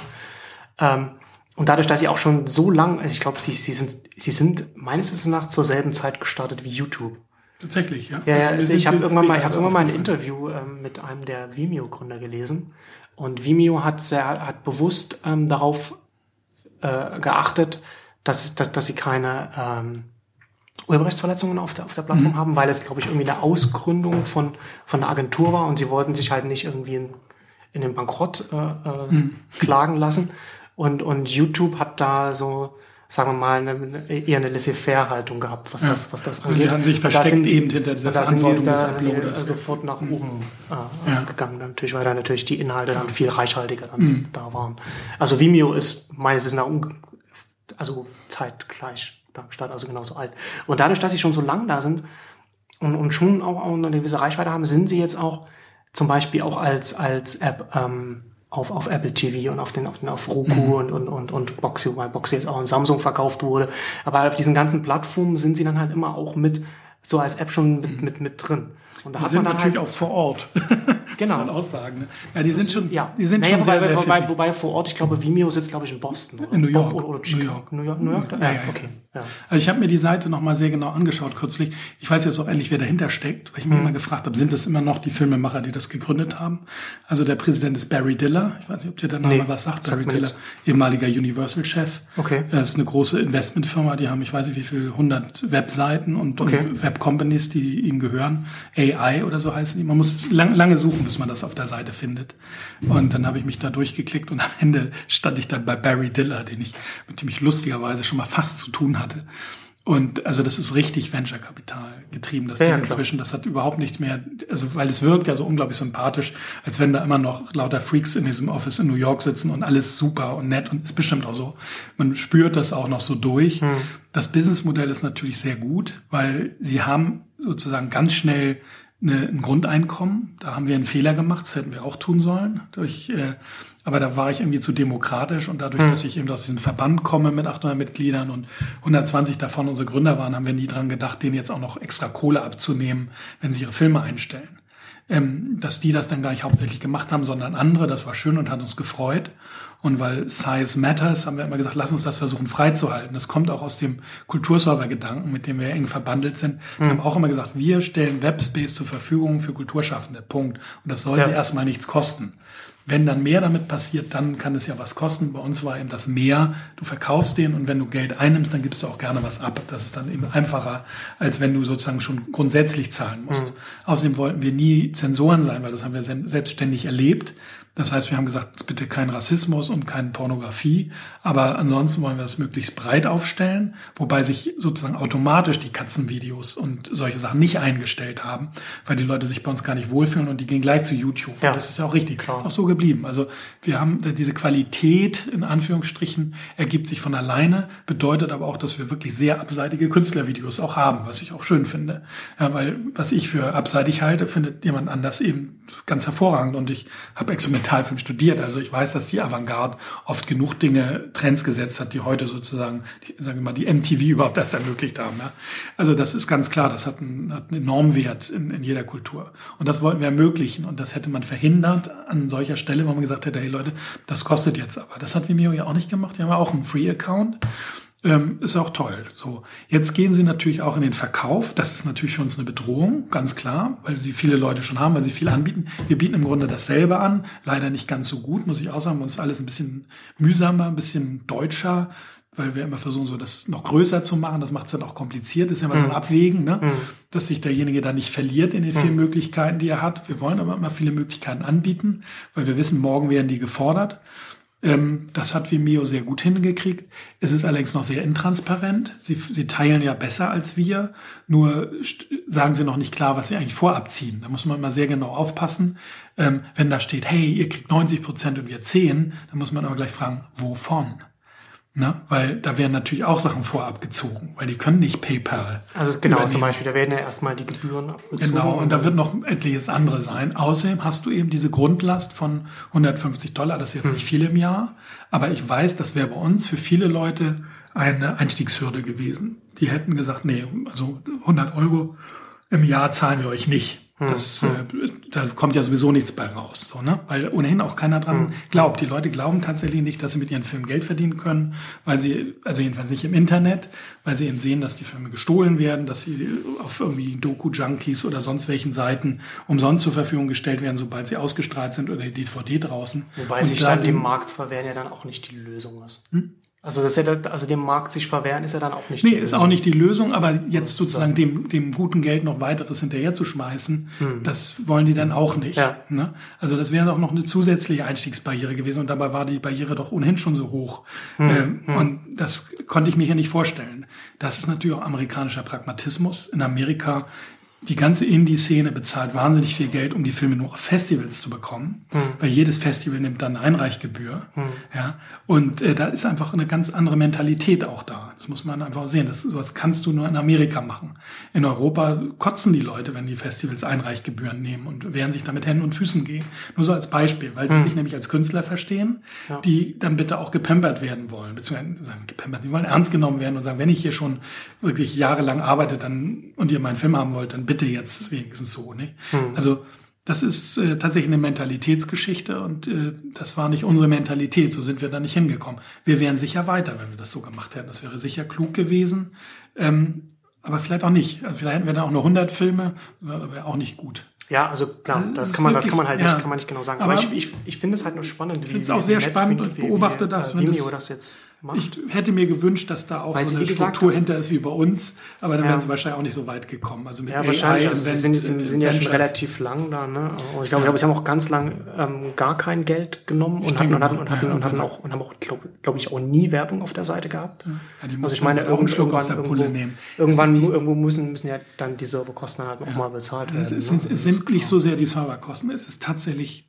S1: Ähm, und dadurch, dass sie auch schon so lang, also ich glaube, sie, sie sind, sie sind meines Wissens nach zur selben Zeit gestartet wie YouTube.
S2: Tatsächlich, ja.
S1: Ja, ja, also ich habe irgendwann mal, ich habe irgendwann mal ein Interview ähm, mit einem der Vimeo-Gründer gelesen. Und Vimeo hat sehr, hat bewusst ähm, darauf äh, geachtet, dass, dass, dass sie keine, ähm, Urheberrechtsverletzungen auf der, auf der Plattform mhm. haben, weil es, glaube ich, irgendwie eine Ausgründung von, von einer Agentur war und sie wollten sich halt nicht irgendwie in, in den Bankrott äh, mhm. klagen lassen. Und, und YouTube hat da so, sagen wir mal, eine, eher eine Laissez-faire-Haltung gehabt, was, ja. das, was das angeht.
S2: Sie haben sich versteckt
S1: sind,
S2: eben hinter dieser Verantwortung des Uploaders.
S1: Sofort nach oben äh, ja. gegangen, natürlich, weil da natürlich die Inhalte dann viel reichhaltiger dann mhm. da waren. Also Vimeo ist meines Wissens nach also zeitgleich statt, also genauso alt. Und dadurch, dass sie schon so lang da sind und, und schon auch, auch eine gewisse Reichweite haben, sind sie jetzt auch zum Beispiel auch als, als App ähm, auf, auf Apple T V und auf den, auf den, auf Roku mhm. und, und, und, und Boxy, weil Boxy jetzt auch in Samsung verkauft wurde. Aber auf diesen ganzen Plattformen sind sie dann halt immer auch mit, so als App schon mit, mit, mit drin. Und da
S2: die
S1: hat
S2: sind
S1: man dann
S2: natürlich
S1: halt
S2: auch vor Ort.
S1: Genau.
S2: Muss man auch sagen. Ne? Ja, die sind schon,
S1: ja.
S2: die sind
S1: naja,
S2: schon
S1: wobei,
S2: sehr, sehr
S1: wobei, wobei vor Ort, ich glaube, Vimeo sitzt, glaube ich, in Boston. Oder?
S2: In New York.
S1: Oder, oder
S2: New York.
S1: New York. New York?
S2: Ja, ja,
S1: okay. Ja.
S2: Also ich habe mir die Seite nochmal sehr genau angeschaut kürzlich. Ich weiß jetzt auch endlich, wer dahinter steckt, weil ich mir mhm. immer gefragt habe, sind das immer noch die Filmemacher, die das gegründet haben? Also der Präsident ist Barry Diller. Ich weiß nicht, ob dir der Name nee, was sagt. Barry Diller, nichts. Ehemaliger Universal-Chef.
S1: Okay.
S2: Das ist eine große Investmentfirma. Die haben, ich weiß nicht, wie viel, hundert Webseiten und,
S1: okay.
S2: und Web-Companies, die ihnen gehören. A I oder so heißen die. Man muss lang, lange suchen, bis man das auf der Seite findet. Und dann habe ich mich da durchgeklickt und am Ende stand ich dann bei Barry Diller, den ich, mit dem ich lustigerweise schon mal fast zu tun hatte. Und also das ist richtig Venture-Kapital getrieben, das
S1: ja,
S2: Ding
S1: ja,
S2: inzwischen. Das hat überhaupt nichts mehr, also weil es wirkt ja so unglaublich sympathisch, als wenn da immer noch lauter Freaks in diesem Office in New York sitzen und alles super und nett und ist bestimmt auch so. Man spürt das auch noch so durch. Hm. Das Businessmodell ist natürlich sehr gut, weil sie haben sozusagen ganz schnell eine, ein Grundeinkommen. Da haben wir einen Fehler gemacht, das hätten wir auch tun sollen. Durch, äh, aber da war ich irgendwie zu demokratisch und dadurch, mhm. dass ich eben aus diesem Verband komme mit achthundert Mitgliedern und hundertzwanzig davon unsere Gründer waren, haben wir nie dran gedacht, denen jetzt auch noch extra Kohle abzunehmen, wenn sie ihre Filme einstellen. Ähm, dass die das dann gar nicht hauptsächlich gemacht haben, sondern andere, das war schön und hat uns gefreut. Und weil Size Matters, haben wir immer gesagt, lass uns das versuchen freizuhalten. Das kommt auch aus dem Kulturserver-Gedanken, mit dem wir eng verbandelt sind. Wir mhm. haben auch immer gesagt, wir stellen Webspace zur Verfügung für Kulturschaffende. Punkt. Und das soll ja. sie erstmal nichts kosten. Wenn dann mehr damit passiert, dann kann es ja was kosten. Bei uns war eben das mehr, du verkaufst den und wenn du Geld einnimmst, dann gibst du auch gerne was ab. Das ist dann eben einfacher, als wenn du sozusagen schon grundsätzlich zahlen musst. Mhm. Außerdem wollten wir nie Zensoren sein, weil das haben wir selbstständig erlebt. Das heißt, wir haben gesagt, bitte kein Rassismus und keine Pornografie, aber ansonsten wollen wir das möglichst breit aufstellen, wobei sich sozusagen automatisch die Katzenvideos und solche Sachen nicht eingestellt haben, weil die Leute sich bei uns gar nicht wohlfühlen und die gehen gleich zu YouTube. Ja. Und das ist ja auch richtig, klar. Ist auch so geblieben. Also wir haben diese Qualität, in Anführungsstrichen, ergibt sich von alleine, bedeutet aber auch, dass wir wirklich sehr abseitige Künstlervideos auch haben, was ich auch schön finde. Ja, weil was ich für abseitig halte, findet jemand anders eben ganz hervorragend und ich habe Experimentalfilm studiert, also ich weiß, dass die Avantgarde oft genug Dinge, Trends gesetzt hat, die heute sozusagen, die, sagen wir mal, die M T V überhaupt erst ermöglicht haben. Ja. Also das ist ganz klar, das hat einen, hat einen enormen Wert in, in jeder Kultur. Und das wollten wir ermöglichen und das hätte man verhindert an solcher Stelle, wo man gesagt hätte, hey Leute, das kostet jetzt aber. Das hat Vimeo ja auch nicht gemacht, die haben ja auch einen Free-Account. Ähm, ist auch toll. So, jetzt gehen sie natürlich auch in den Verkauf. Das ist natürlich für uns eine Bedrohung, ganz klar, weil sie viele Leute schon haben, weil sie viel anbieten. Wir bieten im Grunde dasselbe an, leider nicht ganz so gut, muss ich auch sagen. Bei uns ist alles ein bisschen mühsamer, ein bisschen deutscher, weil wir immer versuchen, so das noch größer zu machen. Das macht es dann auch kompliziert. Das ist ja immer so ein Abwägen, ne? Mhm. Dass sich derjenige da nicht verliert in den vielen mhm. Möglichkeiten, die er hat. Wir wollen aber immer viele Möglichkeiten anbieten, weil wir wissen, morgen werden die gefordert. Das hat Vimeo sehr gut hingekriegt. Es ist allerdings noch sehr intransparent. Sie, sie teilen ja besser als wir, nur sagen sie noch nicht klar, was sie eigentlich vorab ziehen. Da muss man mal sehr genau aufpassen. Ähm, wenn da steht, hey, ihr kriegt neunzig Prozent und wir zehn, dann muss man aber gleich fragen, wovon? Ne? Weil da werden natürlich auch Sachen vorab gezogen, weil die können nicht PayPal.
S1: Also genau, übernehmen. Zum Beispiel, da werden ja erstmal die Gebühren abgezogen.
S2: Genau, und da wird noch etliches andere sein. Außerdem hast du eben diese Grundlast von hundertfünfzig Dollar, das ist jetzt hm. nicht viel im Jahr, aber ich weiß, das wäre bei uns für viele Leute eine Einstiegshürde gewesen. Die hätten gesagt, nee, also hundert Euro im Jahr zahlen wir euch nicht. Das, hm. äh, da kommt ja sowieso nichts bei raus, so, ne? Weil ohnehin auch keiner dran hm. glaubt. Die Leute glauben tatsächlich nicht, dass sie mit ihren Filmen Geld verdienen können, weil sie, also jedenfalls nicht im Internet, weil sie eben sehen, dass die Filme gestohlen werden, dass sie auf irgendwie Doku-Junkies oder sonst welchen Seiten umsonst zur Verfügung gestellt werden, sobald sie ausgestrahlt sind oder die D V D draußen.
S1: Wobei sich dann dem Marktverwehren ja dann auch nicht die Lösung ist. Hm? Also, dass er da, also dem Markt sich verwehren, ist ja dann auch nicht
S2: nee, die Lösung. Nee, ist auch nicht die Lösung, aber jetzt sozusagen dem, dem guten Geld noch weiteres hinterher zu schmeißen, hm. das wollen die dann auch nicht. Ja. Ne? Also das wäre auch noch eine zusätzliche Einstiegsbarriere gewesen und dabei war die Barriere doch ohnehin schon so hoch. Hm. Ähm, hm. Und das konnte ich mir hier nicht vorstellen. Das ist natürlich auch amerikanischer Pragmatismus. In Amerika die ganze Indie-Szene bezahlt wahnsinnig viel Geld, um die Filme nur auf Festivals zu bekommen, hm. weil jedes Festival nimmt dann eine Einreichgebühr. Hm. Ja, und äh, da ist einfach eine ganz andere Mentalität auch da. Das muss man einfach sehen. Das, sowas kannst du nur in Amerika machen. In Europa kotzen die Leute, wenn die Festivals Einreichgebühren nehmen und wehren sich da mit Händen und Füßen gehen. Nur so als Beispiel, weil sie hm. sich nämlich als Künstler verstehen, ja. die dann bitte auch gepampert werden wollen, beziehungsweise sagen, gepampert, die wollen ernst genommen werden und sagen, wenn ich hier schon wirklich jahrelang arbeite dann und ihr meinen Film haben wollt, dann bitte jetzt wenigstens so, nicht? Hm. Also das ist äh, tatsächlich eine Mentalitätsgeschichte und äh, das war nicht unsere Mentalität, so sind wir da nicht hingekommen. Wir wären sicher weiter, wenn wir das so gemacht hätten. Das wäre sicher klug gewesen, ähm, aber vielleicht auch nicht. Also vielleicht hätten wir da auch nur hundert Filme, wäre auch nicht gut.
S1: Ja, also klar, das, das kann man, wirklich, das kann man halt ja. nicht, kann man nicht genau sagen. Aber, aber ich, ich, ich finde es halt nur spannend.
S2: Ich finde es auch sehr spannend und beobachte
S1: wie,
S2: das,
S1: wenn Vimeo das jetzt macht.
S2: Ich hätte mir gewünscht, dass da auch Weil so eine Struktur hinter ist wie bei uns, aber dann ja. wären sie wahrscheinlich auch nicht so weit gekommen. Also mit
S1: ja, wahrscheinlich. Also sie sind, sind, sind ja schon relativ lang da, ne? Und ich glaube, ja. ich glaube, sie haben auch ganz lang ähm, gar kein Geld genommen und hatten, und hatten, und hatten, ja, und hatten auch und haben auch, glaube glaub ich, auch nie Werbung auf der Seite gehabt.
S2: Ja, die
S1: also ich meine, irgendwann,
S2: Schluck aus der Pulle
S1: irgendwo,
S2: nehmen.
S1: Irgendwann, die, irgendwo müssen, müssen ja dann die Serverkosten halt auch mal bezahlt werden.
S2: Es, ist, ne? es sind nicht so sehr die Serverkosten, es ist tatsächlich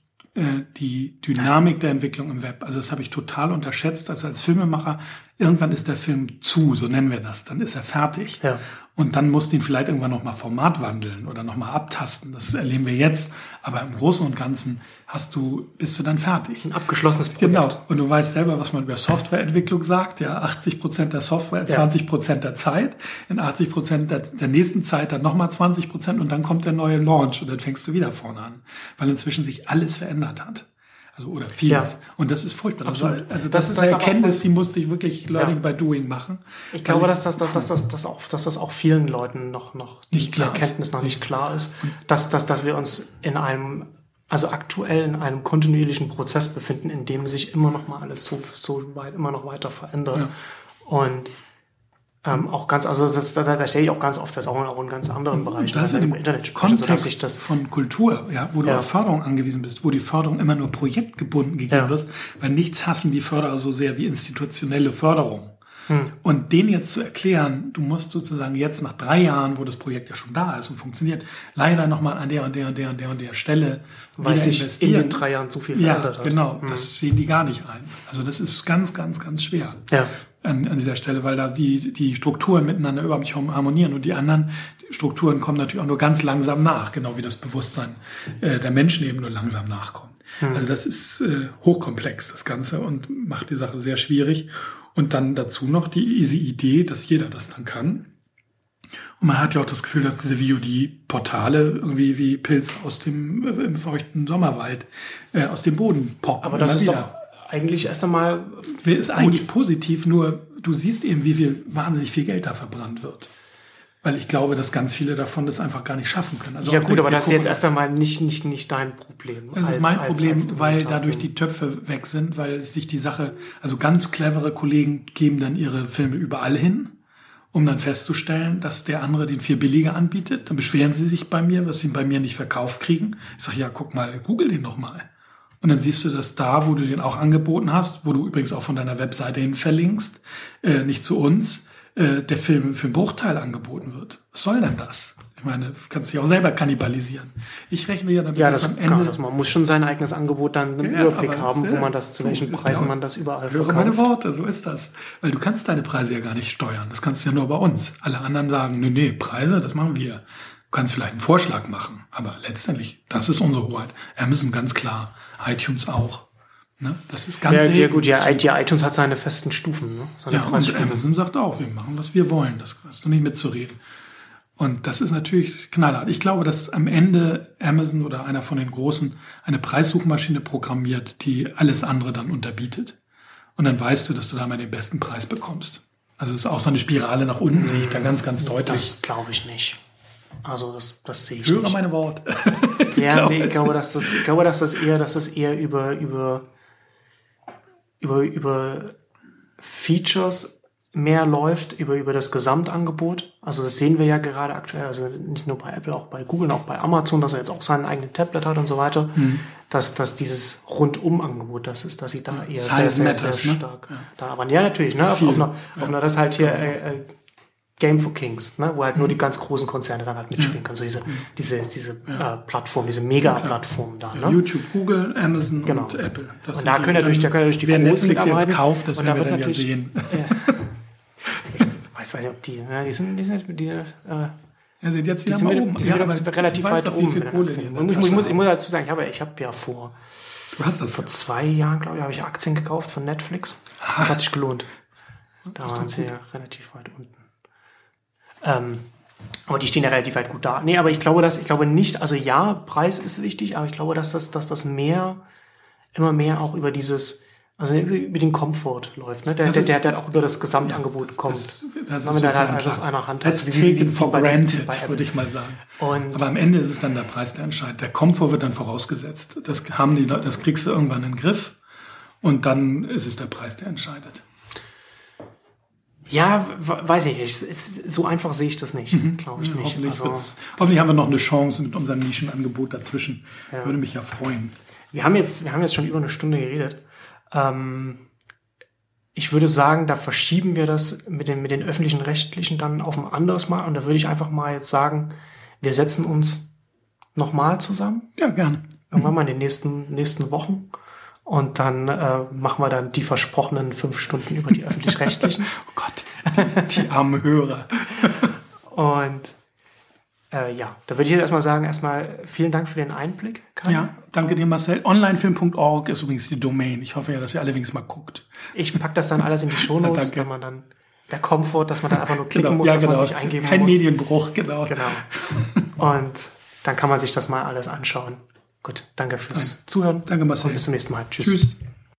S2: die Dynamik der Entwicklung im Web. Also das habe ich total unterschätzt. Also als Filmemacher, irgendwann ist der Film zu, so nennen wir das. Dann ist er fertig. Ja. Und dann musst du ihn vielleicht irgendwann nochmal Format wandeln oder nochmal abtasten. Das erleben wir jetzt. Aber im Großen und Ganzen hast du, bist du dann fertig.
S1: Ein abgeschlossenes Projekt.
S2: Genau. Und du weißt selber, was man über Softwareentwicklung sagt. Ja, achtzig Prozent der Software, zwanzig Prozent der Zeit. In achtzig Prozent der, der nächsten Zeit dann nochmal zwanzig Prozent und dann kommt der neue Launch und dann fängst du wieder vorne an. Weil inzwischen sich alles verändert hat. Also, oder vieles. Ja. Und das ist furchtbar.
S1: Absolut.
S2: Also, das, das ist eine Erkenntnis, die musste ich wirklich Learning ja. by Doing machen.
S1: Ich glaube, ich, dass das, dass, dass, dass, dass, auch, dass das auch vielen Leuten noch, noch
S2: nicht
S1: die Erkenntnis
S2: ist.
S1: noch nicht klar ist, dass, dass, dass wir uns in einem, also aktuell in einem kontinuierlichen Prozess befinden, in dem sich immer noch mal alles so, so weit, immer noch weiter verändert. Ja. Und, Ähm, auch ganz, also das, da, da stelle ich auch ganz oft fest, auch, auch in ganz anderen Bereichen.
S2: Das ist im Internet sprechen, Kontext so, das von Kultur, ja, wo du ja. auf Förderung angewiesen bist, wo die Förderung immer nur projektgebunden gegeben ja. wird, weil nichts hassen die Förderer so sehr wie institutionelle Förderung. Hm. Und denen jetzt zu erklären, du musst sozusagen jetzt nach drei Jahren, wo das Projekt ja schon da ist und funktioniert, leider nochmal an der und der und der und der und der Stelle
S1: weil sich in den drei Jahren zu viel verändert
S2: ja,
S1: hat.
S2: Genau, hm. das sehen die gar nicht ein. Also das ist ganz, ganz, ganz schwer.
S1: Ja.
S2: An, an dieser Stelle, weil da die, die Strukturen miteinander überhaupt nicht harmonieren und die anderen Strukturen kommen natürlich auch nur ganz langsam nach, genau wie das Bewusstsein äh, der Menschen eben nur langsam nachkommt. Hm. Also das ist äh, hochkomplex, das Ganze, und macht die Sache sehr schwierig. Und dann dazu noch die easy Idee, dass jeder das dann kann. Und man hat ja auch das Gefühl, dass diese V O D-Portale irgendwie wie Pilze aus dem äh, im feuchten Sommerwald äh, aus dem Boden poppen.
S1: Aber das ist wieder. Doch eigentlich erst einmal
S2: ist gut. Eigentlich positiv, nur du siehst eben, wie viel wahnsinnig viel Geld da verbrannt wird. Weil ich glaube, dass ganz viele davon das einfach gar nicht schaffen können. Also
S1: ja gut, der, aber das ist jetzt erst einmal nicht, nicht, nicht dein Problem.
S2: Das als, ist mein als, Problem, als, als weil dadurch die Töpfe weg sind, weil sich die Sache, also ganz clevere Kollegen geben dann ihre Filme überall hin, um dann festzustellen, dass der andere den viel billiger anbietet. Dann beschweren sie sich bei mir, was sie bei mir nicht verkauft kriegen. Ich sage, ja, guck mal, google den doch mal. Und dann siehst du, dass da, wo du den auch angeboten hast, wo du übrigens auch von deiner Webseite hin verlinkst, äh, nicht zu uns, äh, der Film für einen Bruchteil angeboten wird. Was soll denn das? Ich meine, du kannst dich auch selber kannibalisieren. Ich rechne ja damit,
S1: ja, das
S2: dass am Ende...
S1: Das, man muss schon sein eigenes Angebot dann einen ja, Überblick haben, ja, wo man das, zu welchen Preisen man das überall
S2: verkauft. Höre meine Worte, so ist das. Weil du kannst deine Preise ja gar nicht steuern. Das kannst du ja nur bei uns. Alle anderen sagen, nee, nee, Preise, das machen wir. Du kannst vielleicht einen Vorschlag machen, aber letztendlich, das ist unsere Hoheit. Amazon ganz klar, iTunes auch. Ne? Das ist ganz
S1: ja, ja gut, ja, ja, iTunes hat seine festen Stufen. Ne? Seine
S2: ja, und Amazon sagt auch, wir machen, was wir wollen. Das hast du nicht mitzureden. Und das ist natürlich knallhart. Ich glaube, dass am Ende Amazon oder einer von den Großen eine Preissuchmaschine programmiert, die alles andere dann unterbietet. Und dann weißt du, dass du da mal den besten Preis bekommst. Also es ist auch so eine Spirale nach unten, sehe ich da ganz, ganz deutlich.
S1: Das glaube ich nicht. Also das, das sehe ich
S2: Höre
S1: nicht.
S2: meine Worte.
S1: Ja, glaube, nee, ich glaube, dass das, ich glaube, dass das eher, dass das eher über über über über Features mehr läuft über, über das Gesamtangebot. Also das sehen wir ja gerade aktuell, also nicht nur bei Apple, auch bei Google, auch bei Amazon, dass er jetzt auch seinen eigenen Tablet hat und so weiter, mhm. dass, dass dieses Rundum-Angebot das ist, dass sie da eher
S2: Size
S1: sehr, sehr,
S2: matters,
S1: sehr
S2: ne?
S1: stark ja. da aber ja, natürlich, ne? Auf, auf, einer, ja. auf einer, das halt hier äh, äh, Game for Kings, ne? Wo halt mhm. nur die ganz großen Konzerne dann halt mitspielen ja. können. So diese, mhm. diese, diese ja. äh, Plattform, diese Mega-Plattform da.
S2: Ja,
S1: ne?
S2: YouTube, Google, Amazon
S1: genau.
S2: und Apple.
S1: Das und da können natürlich, da können natürlich die
S2: wer Netflix jetzt kauft, das werden wir dann ja sehen.
S1: Äh, Ich weiß nicht, ob die, ne, die sind, die sind, die, äh,
S2: ja, sind jetzt wieder
S1: die
S2: mal
S1: sind,
S2: oben.
S1: Die sind
S2: ja,
S1: wieder relativ weit
S2: doch,
S1: oben.
S2: Viel Kohle
S1: und ich, ich, muss, ich muss dazu sagen, ich habe, ich habe ja vor,
S2: du hast das
S1: vor zwei Jahren, glaube ich, habe ich Aktien gekauft von Netflix. Aha. Das hat sich gelohnt. Da waren sie ja relativ weit unten. Ähm, aber die stehen ja relativ weit gut da. Nee, aber ich glaube, dass, ich glaube nicht, also ja, Preis ist wichtig, aber ich glaube, dass das, dass das mehr, immer mehr auch über dieses, also über den Komfort läuft, ne? Der, der, der, der auch über das Gesamtangebot ja, kommt. Das,
S2: das
S1: ist wenn halt aus einer Hand
S2: Let's
S1: hast,
S2: take wie, wie, it for granted, würde ich mal sagen.
S1: Und
S2: aber am Ende ist es dann der Preis, der entscheidet. Der Komfort wird dann vorausgesetzt. Das haben die Leute, das kriegst du irgendwann in den Griff und dann ist es der Preis, der entscheidet.
S1: Ja, weiß ich nicht. So einfach sehe ich das nicht, mhm. glaube ich
S2: ja,
S1: nicht.
S2: Hoffentlich, also, hoffentlich haben wir noch eine Chance mit unserem Nischenangebot dazwischen. Ja. Würde mich ja freuen.
S1: Wir haben jetzt, wir haben jetzt schon über eine Stunde geredet. Ähm, ich würde sagen, da verschieben wir das mit den, mit den öffentlichen Rechtlichen dann auf ein anderes Mal. Und da würde ich einfach mal jetzt sagen, wir setzen uns nochmal zusammen.
S2: Ja, gerne.
S1: Irgendwann mal in den nächsten, nächsten Wochen. Und dann äh, machen wir dann die versprochenen fünf Stunden über die öffentlich-rechtlichen.
S2: Oh Gott, die, die armen Hörer.
S1: Und äh, ja, da würde ich jetzt erstmal sagen, erstmal vielen Dank für den Einblick, Kai.
S2: Ja, danke dir, Marcel. onlinefilm punkt org ist übrigens die Domain. Ich hoffe ja, dass ihr alle wenigstens mal guckt.
S1: Ich packe das dann alles in die Shownotes, wenn man dann der Komfort, dass man dann einfach nur klicken
S2: genau,
S1: muss,
S2: ja,
S1: dass
S2: genau.
S1: man sich eingeben
S2: Kein
S1: muss.
S2: Kein Medienbruch, genau.
S1: Genau. Und dann kann man sich das mal alles anschauen. Gut, danke fürs
S2: Nein.
S1: Zuhören.
S2: Danke, Marcel.
S1: Und bis zum nächsten Mal. Tschüss.
S2: Tschüss.